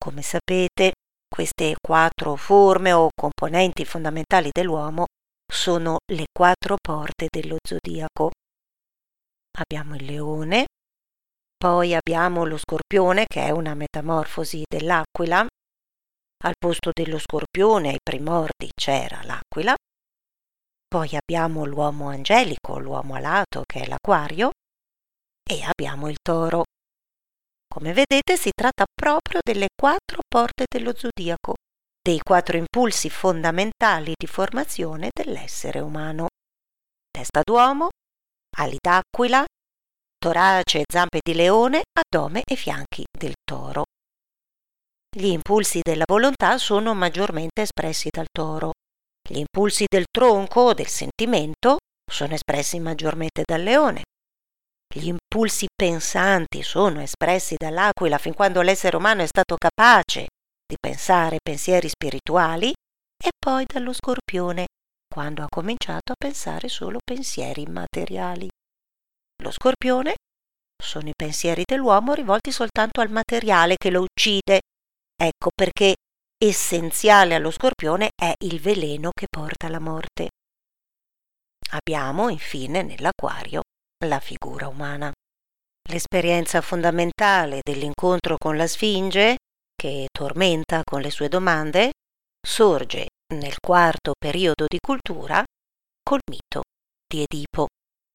Come sapete, queste 4 forme o componenti fondamentali dell'uomo sono le 4 porte dello zodiaco. Abbiamo il leone, poi abbiamo lo scorpione, che è una metamorfosi dell'aquila. Al posto dello scorpione ai primordi c'era l'aquila. Poi abbiamo l'uomo angelico, l'uomo alato, che è l'acquario, e abbiamo il toro. Come vedete, si tratta proprio delle 4 porte dello zodiaco, dei 4 impulsi fondamentali di formazione dell'essere umano. Testa d'uomo, ali d'aquila, torace e zampe di leone, addome e fianchi del toro. Gli impulsi della volontà sono maggiormente espressi dal toro. Gli impulsi del tronco o del sentimento sono espressi maggiormente dal leone. Gli impulsi pensanti sono espressi dall'aquila fin quando l'essere umano è stato capace di pensare pensieri spirituali, e poi dallo scorpione, quando ha cominciato a pensare solo pensieri immateriali. Lo scorpione sono i pensieri dell'uomo rivolti soltanto al materiale che lo uccide. Ecco perché essenziale allo scorpione è il veleno che porta alla morte. Abbiamo infine nell'acquario la figura umana. L'esperienza fondamentale dell'incontro con la Sfinge, che tormenta con le sue domande, sorge nel 4° periodo di cultura col mito di Edipo.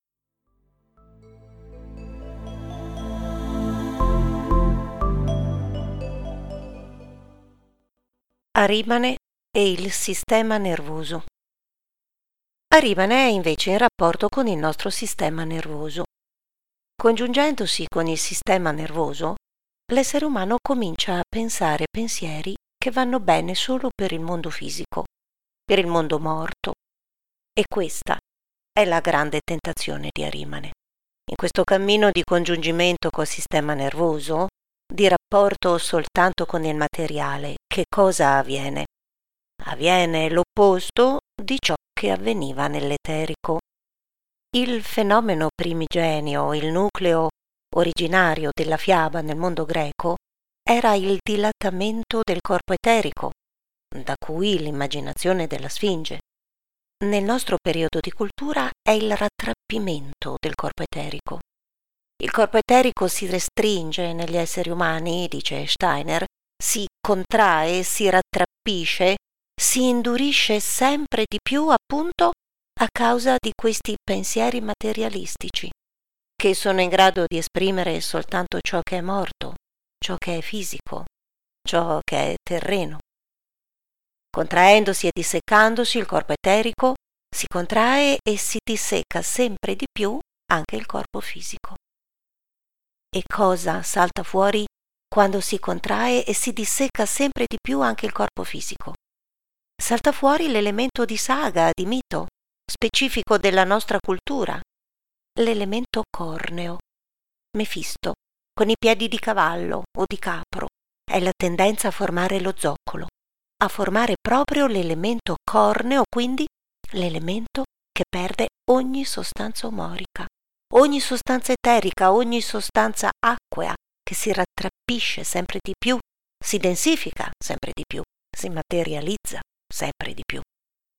Arimane e il sistema nervoso. Arimane è invece in rapporto con il nostro sistema nervoso. Congiungendosi con il sistema nervoso, l'essere umano comincia a pensare pensieri che vanno bene solo per il mondo fisico, per il mondo morto. E questa è la grande tentazione di Arimane. In questo cammino di congiungimento col sistema nervoso, di rapporto soltanto con il materiale, che cosa avviene? Avviene l'opposto di ciò che avveniva nell'eterico. Il fenomeno primigenio, il nucleo originario della fiaba nel mondo greco, era il dilatamento del corpo eterico, da cui l'immaginazione della Sfinge. Nel nostro periodo di cultura è il rattrappimento del corpo eterico. Il corpo eterico si restringe negli esseri umani, dice Steiner, si contrae, si rattrappisce, si indurisce sempre di più appunto a causa di questi pensieri materialistici, che sono in grado di esprimere soltanto ciò che è morto, ciò che è fisico, ciò che è terreno. Contraendosi e disseccandosi il corpo eterico, si contrae e si dissecca sempre di più anche il corpo fisico. E cosa salta fuori quando si contrae e si dissecca sempre di più anche il corpo fisico? Salta fuori l'elemento di saga, di mito, specifico della nostra cultura, l'elemento corneo. Mefisto, con i piedi di cavallo o di capro, è la tendenza a formare lo zoccolo, a formare proprio l'elemento corneo, quindi l'elemento che perde ogni sostanza omorica, ogni sostanza eterica, ogni sostanza acquea, che si rattrappisce sempre di più, si densifica sempre di più, si materializza sempre di più.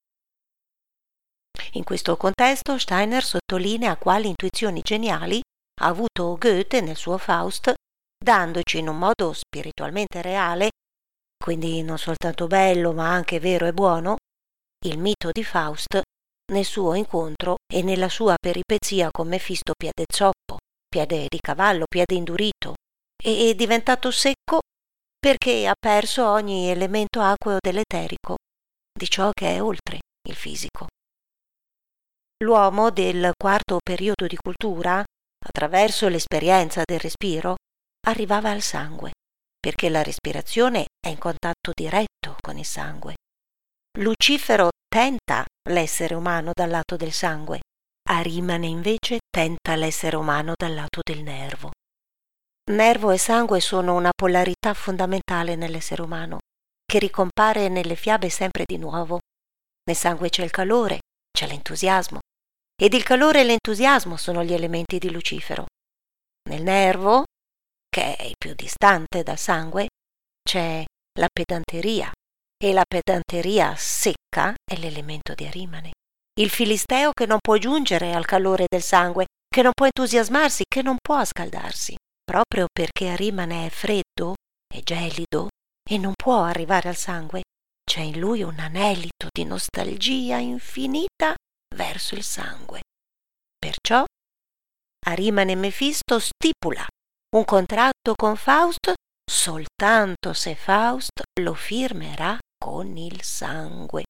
In questo contesto Steiner sottolinea quali intuizioni geniali ha avuto Goethe nel suo Faust, dandoci in un modo spiritualmente reale, quindi non soltanto bello ma anche vero e buono, il mito di Faust nel suo incontro e nella sua peripezia con Mefisto piede zoppo, piede di cavallo, piede indurito, e è diventato secco perché ha perso ogni elemento acqueo dell'eterico, di ciò che è oltre il fisico. L'uomo del 4° periodo di cultura, attraverso l'esperienza del respiro, arrivava al sangue, perché la respirazione è in contatto diretto con il sangue. Lucifero tenta l'essere umano dal lato del sangue, Arimane invece tenta l'essere umano dal lato del nervo. Nervo e sangue sono una polarità fondamentale nell'essere umano, che ricompare nelle fiabe sempre di nuovo. Nel sangue c'è il calore, c'è l'entusiasmo, ed il calore e l'entusiasmo sono gli elementi di Lucifero. Nel nervo, che è il più distante dal sangue, c'è la pedanteria, e la pedanteria secca è l'elemento di Arimane. Il filisteo che non può giungere al calore del sangue, che non può entusiasmarsi, che non può scaldarsi, proprio perché Arimane è freddo, è gelido e non può arrivare al sangue. C'è in lui un anelito di nostalgia infinita verso il sangue. Perciò Arimane Mefisto stipula un contratto con Faust soltanto se Faust lo firmerà con il sangue.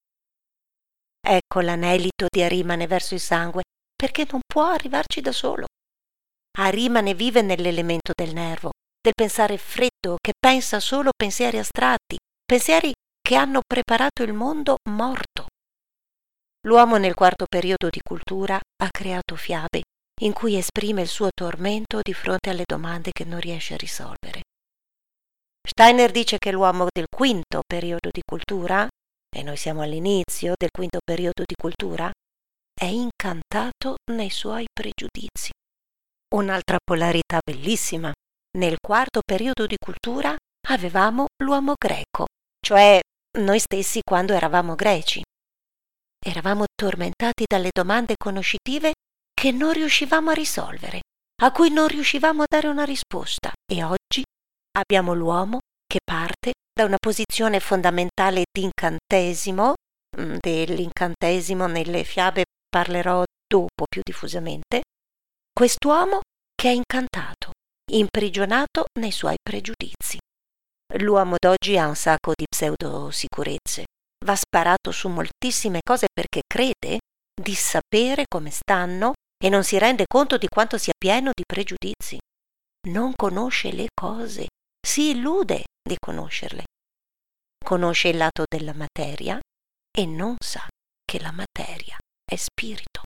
Ecco l'anelito di Arimane verso il sangue, perché non può arrivarci da solo. Arimane vive nell'elemento del nervo, del pensare freddo che pensa solo pensieri astratti, pensieri che hanno preparato il mondo morto. L'uomo nel quarto periodo di cultura ha creato fiabe in cui esprime il suo tormento di fronte alle domande che non riesce a risolvere. Steiner dice che l'uomo del quinto periodo di cultura, e noi siamo all'inizio del quinto periodo di cultura, è incantato nei suoi pregiudizi. Un'altra polarità bellissima. Nel quarto periodo di cultura avevamo l'uomo greco, cioè noi stessi quando eravamo greci. Eravamo tormentati dalle domande conoscitive che non riuscivamo a risolvere, a cui non riuscivamo a dare una risposta. E oggi abbiamo l'uomo che parte da una posizione fondamentale di incantesimo. Dell'incantesimo nelle fiabe parlerò dopo più diffusamente. Quest'uomo che è incantato, imprigionato nei suoi pregiudizi. L'uomo d'oggi ha un sacco di pseudosicurezze, va sparato su moltissime cose perché crede di sapere come stanno e non si rende conto di quanto sia pieno di pregiudizi. Non conosce le cose, si illude di conoscerle. Conosce il lato della materia e non sa che la materia è spirito.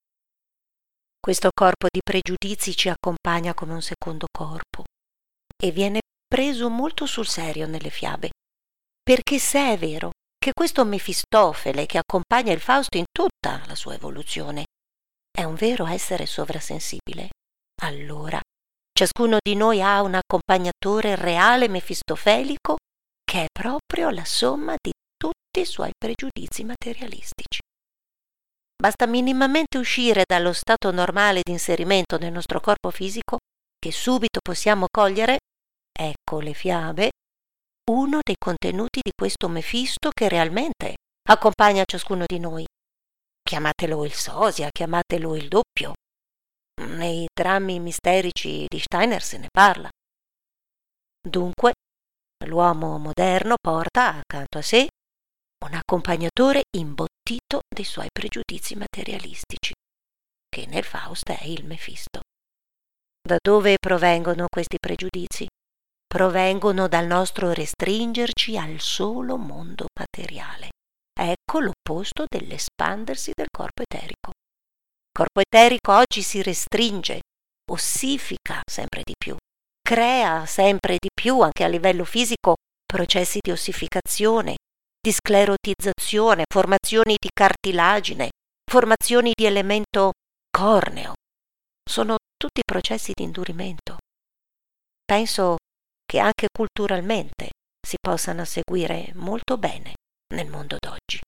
Questo corpo di pregiudizi ci accompagna come un secondo corpo e viene preso molto sul serio nelle fiabe, perché se è vero che questo Mefistofele che accompagna il Fausto in tutta la sua evoluzione è un vero essere sovrasensibile, allora ciascuno di noi ha un accompagnatore reale mefistofelico che è proprio la somma di tutti i suoi pregiudizi materialistici. Basta minimamente uscire dallo stato normale di inserimento nel nostro corpo fisico che subito possiamo cogliere, ecco le fiabe, uno dei contenuti di questo Mefisto che realmente accompagna ciascuno di noi. Chiamatelo il sosia, chiamatelo il doppio. Nei drammi misterici di Steiner se ne parla. Dunque, l'uomo moderno porta accanto a sé un accompagnatore imbottito dei suoi pregiudizi materialistici, che nel Faust è il Mefisto. Da dove provengono questi pregiudizi? Provengono dal nostro restringerci al solo mondo materiale. Ecco l'opposto dell'espandersi del corpo eterico. Il corpo eterico oggi si restringe, ossifica sempre di più, crea sempre di più anche a livello fisico processi di ossificazione, di sclerotizzazione, formazioni di cartilagine, formazioni di elemento corneo. Sono tutti processi di indurimento. Penso che anche culturalmente si possano seguire molto bene nel mondo d'oggi.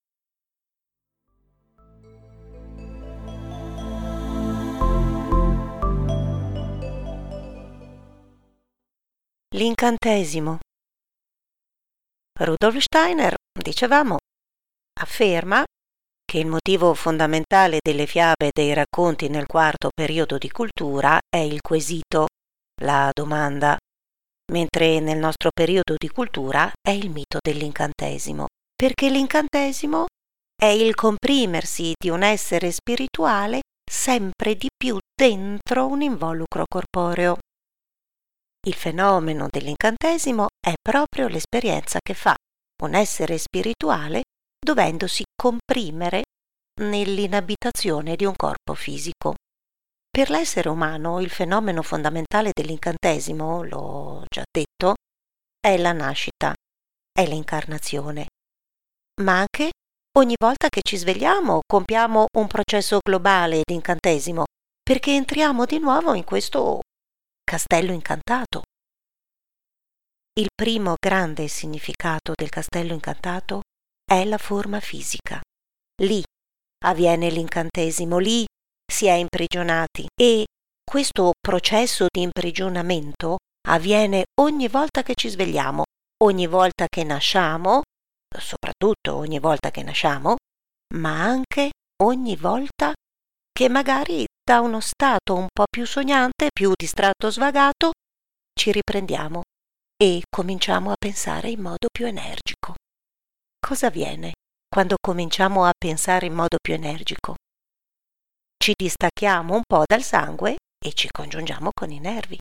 L'incantesimo. Rudolf Steiner, dicevamo, afferma che il motivo fondamentale delle fiabe e dei racconti nel quarto periodo di cultura è il quesito, la domanda, mentre nel nostro periodo di cultura è il mito dell'incantesimo, perché l'incantesimo è il comprimersi di un essere spirituale sempre di più dentro un involucro corporeo. Il fenomeno dell'incantesimo è proprio l'esperienza che fa un essere spirituale dovendosi comprimere nell'inabitazione di un corpo fisico. Per l'essere umano il fenomeno fondamentale dell'incantesimo, l'ho già detto, è la nascita, è l'incarnazione. Ma anche ogni volta che ci svegliamo compiamo un processo globale di incantesimo, perché entriamo di nuovo in questo castello incantato. Il primo grande significato del castello incantato è la forma fisica. Lì avviene l'incantesimo, lì si è imprigionati e questo processo di imprigionamento avviene ogni volta che ci svegliamo, ogni volta che nasciamo, soprattutto ogni volta che nasciamo, ma anche ogni volta che magari da uno stato un po' più sognante, più distratto, svagato, ci riprendiamo e cominciamo a pensare in modo più energico. Cosa avviene quando cominciamo a pensare in modo più energico? Ci distacchiamo un po' dal sangue e ci congiungiamo con i nervi.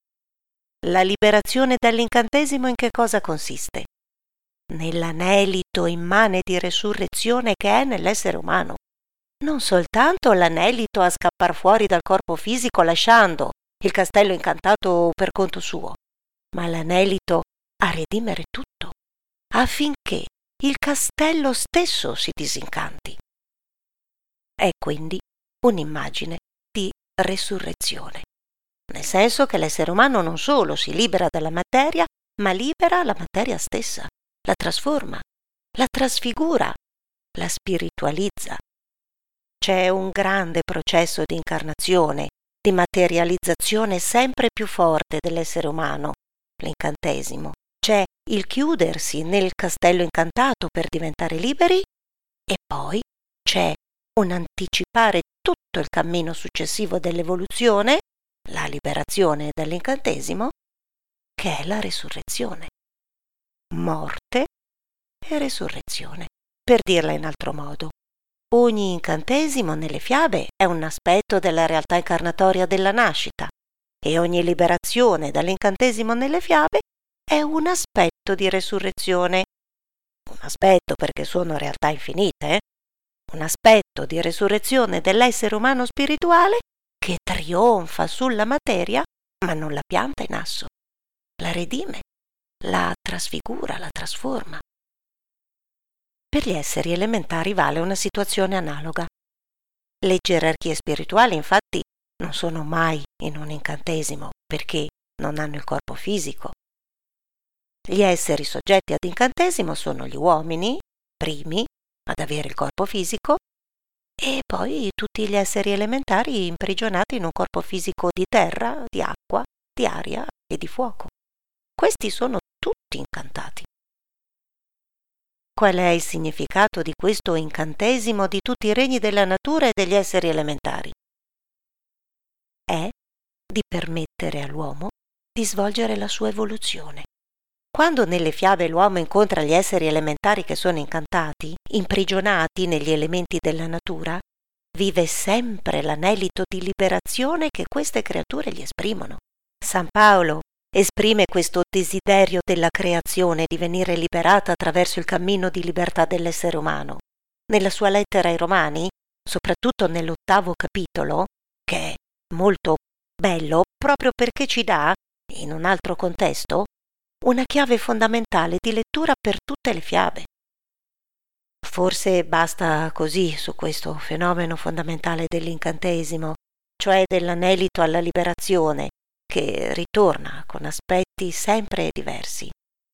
La liberazione dall'incantesimo in che cosa consiste? Nell'anelito immane di resurrezione che è nell'essere umano. Non soltanto l'anelito a scappar fuori dal corpo fisico lasciando il castello incantato per conto suo, ma l'anelito a redimere tutto, affinché il castello stesso si disincanti. È quindi un'immagine di resurrezione, nel senso che l'essere umano non solo si libera dalla materia, ma libera la materia stessa, la trasforma, la trasfigura, la spiritualizza. C'è un grande processo di incarnazione, di materializzazione sempre più forte dell'essere umano, l'incantesimo. C'è il chiudersi nel castello incantato per diventare liberi e poi c'è un anticipare tutto il cammino successivo dell'evoluzione, la liberazione dall'incantesimo, che è la resurrezione. Morte e resurrezione. Per dirla in altro modo, ogni incantesimo nelle fiabe è un aspetto della realtà incarnatoria della nascita e ogni liberazione dall'incantesimo nelle fiabe è un aspetto di resurrezione. Un aspetto perché sono realtà infinite, un aspetto di resurrezione dell'essere umano spirituale che trionfa sulla materia ma non la pianta in asso, la redime, la trasfigura, la trasforma. Per gli esseri elementari vale una situazione analoga. Le gerarchie spirituali, infatti, non sono mai in un incantesimo perché non hanno il corpo fisico. Gli esseri soggetti ad incantesimo sono gli uomini, primi, ad avere il corpo fisico, e poi tutti gli esseri elementari imprigionati in un corpo fisico di terra, di acqua, di aria e di fuoco. Questi sono tutti incantati. Qual è il significato di questo incantesimo di tutti i regni della natura e degli esseri elementari? È di permettere all'uomo di svolgere la sua evoluzione. Quando nelle fiabe l'uomo incontra gli esseri elementari che sono incantati, imprigionati negli elementi della natura, vive sempre l'anelito di liberazione che queste creature gli esprimono. San Paolo esprime questo desiderio della creazione di venire liberata attraverso il cammino di libertà dell'essere umano. Nella sua lettera ai Romani, soprattutto nell'8° capitolo, che è molto bello proprio perché ci dà, in un altro contesto, una chiave fondamentale di lettura per tutte le fiabe. Forse basta così su questo fenomeno fondamentale dell'incantesimo, cioè dell'anelito alla liberazione, che ritorna con aspetti sempre diversi.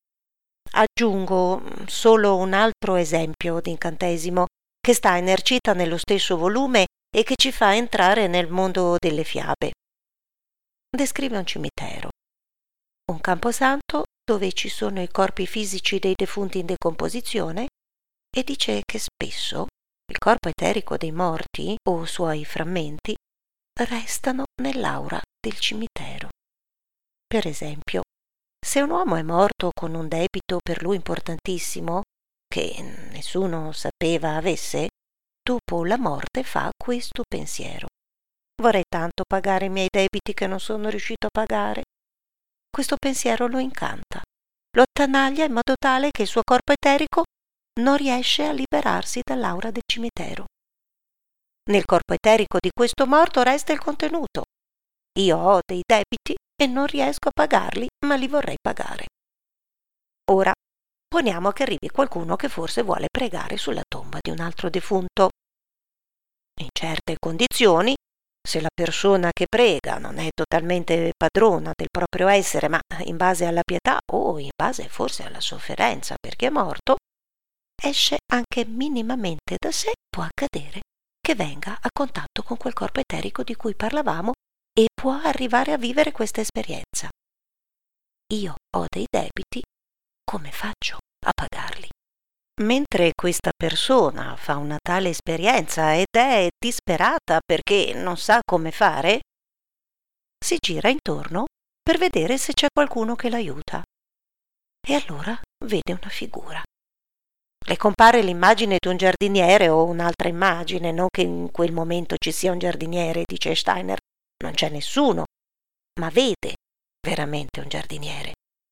Aggiungo solo un altro esempio di incantesimo che sta in Ercita nello stesso volume e che ci fa entrare nel mondo delle fiabe. Descrive un cimitero, un camposanto dove ci sono i corpi fisici dei defunti in decomposizione e dice che spesso il corpo eterico dei morti o suoi frammenti restano nell'aura del cimitero. Per esempio, se un uomo è morto con un debito per lui importantissimo, che nessuno sapeva avesse, dopo la morte fa questo pensiero. Vorrei tanto pagare i miei debiti che non sono riuscito a pagare. Questo pensiero lo incanta, lo attanaglia in modo tale che il suo corpo eterico non riesce a liberarsi dall'aura del cimitero. Nel corpo eterico di questo morto resta il contenuto. Io ho dei debiti e non riesco a pagarli, ma li vorrei pagare. Ora, poniamo che arrivi qualcuno che forse vuole pregare sulla tomba di un altro defunto. In certe condizioni Se la persona che prega non è totalmente padrona del proprio essere, ma in base alla pietà o in base forse alla sofferenza perché è morto, esce anche minimamente da sé, può accadere che venga a contatto con quel corpo eterico di cui parlavamo e può arrivare a vivere questa esperienza. Io ho dei debiti, come faccio a pagarli? Mentre questa persona fa una tale esperienza ed è disperata perché non sa come fare, si gira intorno per vedere se c'è qualcuno che l'aiuta. E allora vede una figura. Le compare l'immagine di un giardiniere o un'altra immagine, non che in quel momento ci sia un giardiniere, dice Steiner, non c'è nessuno, ma vede veramente un giardiniere.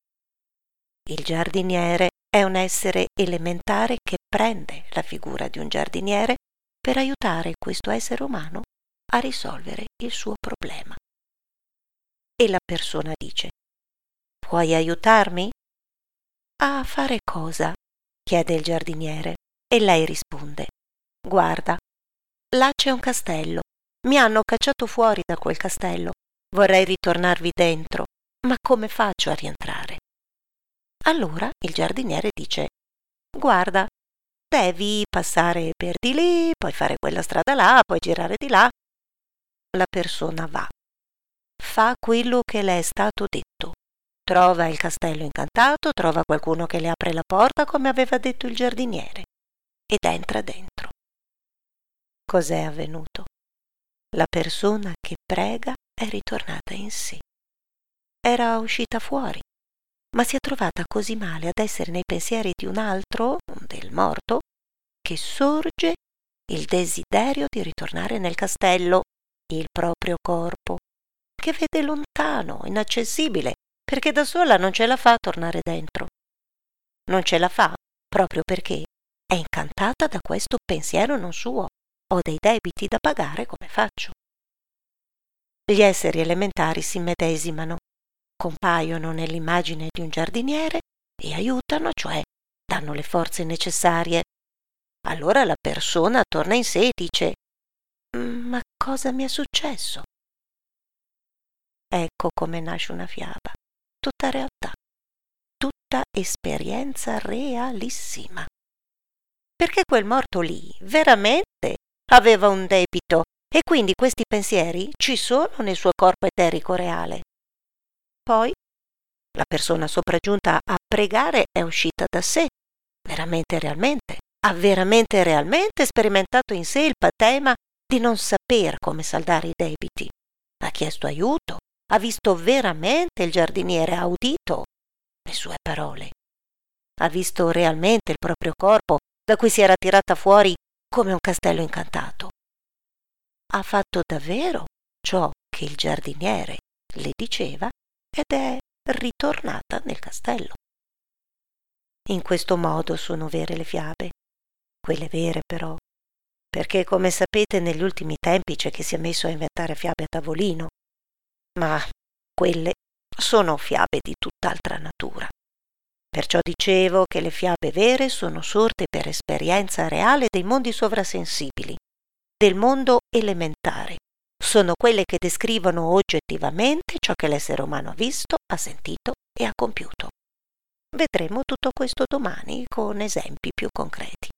Il giardiniere è un essere elementare che prende la figura di un giardiniere per aiutare questo essere umano a risolvere il suo problema. E la persona dice: «Puoi aiutarmi?» «A fare cosa?» chiede il giardiniere e lei risponde: «Guarda, là c'è un castello. Mi hanno cacciato fuori da quel castello. Vorrei ritornarvi dentro, ma come faccio a rientrare?» Allora il giardiniere dice: «Guarda, devi passare per di lì, poi fare quella strada là, poi girare di là». La persona va, fa quello che le è stato detto, trova il castello incantato, trova qualcuno che le apre la porta come aveva detto il giardiniere ed entra dentro. Cos'è avvenuto? La persona che prega è ritornata in sé. Era uscita fuori, ma si è trovata così male ad essere nei pensieri di un altro, del morto, che sorge il desiderio di ritornare nel castello, il proprio corpo, che vede lontano, inaccessibile, perché da sola non ce la fa a tornare dentro. Non ce la fa proprio perché è incantata da questo pensiero non suo. Ho dei debiti da pagare, come faccio? Gli esseri elementari si immedesimano, compaiono nell'immagine di un giardiniere e aiutano, cioè danno le forze necessarie. Allora la persona torna in sé e dice: «Ma cosa mi è successo?» Ecco come nasce una fiaba, tutta realtà, tutta esperienza realissima. Perché quel morto lì veramente aveva un debito e quindi questi pensieri ci sono nel suo corpo eterico reale. Poi la persona sopraggiunta a pregare è uscita da sé, veramente realmente, ha veramente realmente sperimentato in sé il patema di non saper come saldare i debiti. Ha chiesto aiuto, ha visto veramente il giardiniere, ha udito le sue parole. Ha visto realmente il proprio corpo da cui si era tirata fuori come un castello incantato. Ha fatto davvero ciò che il giardiniere le diceva ed è ritornata nel castello. In questo modo sono vere le fiabe, quelle vere però, perché come sapete negli ultimi tempi c'è chi si è messo a inventare fiabe a tavolino, ma quelle sono fiabe di tutt'altra natura. Perciò dicevo che le fiabe vere sono sorte per esperienza reale dei mondi sovrasensibili, del mondo elementare. Sono quelle che descrivono oggettivamente ciò che l'essere umano ha visto, ha sentito e ha compiuto. Vedremo tutto questo domani con esempi più concreti.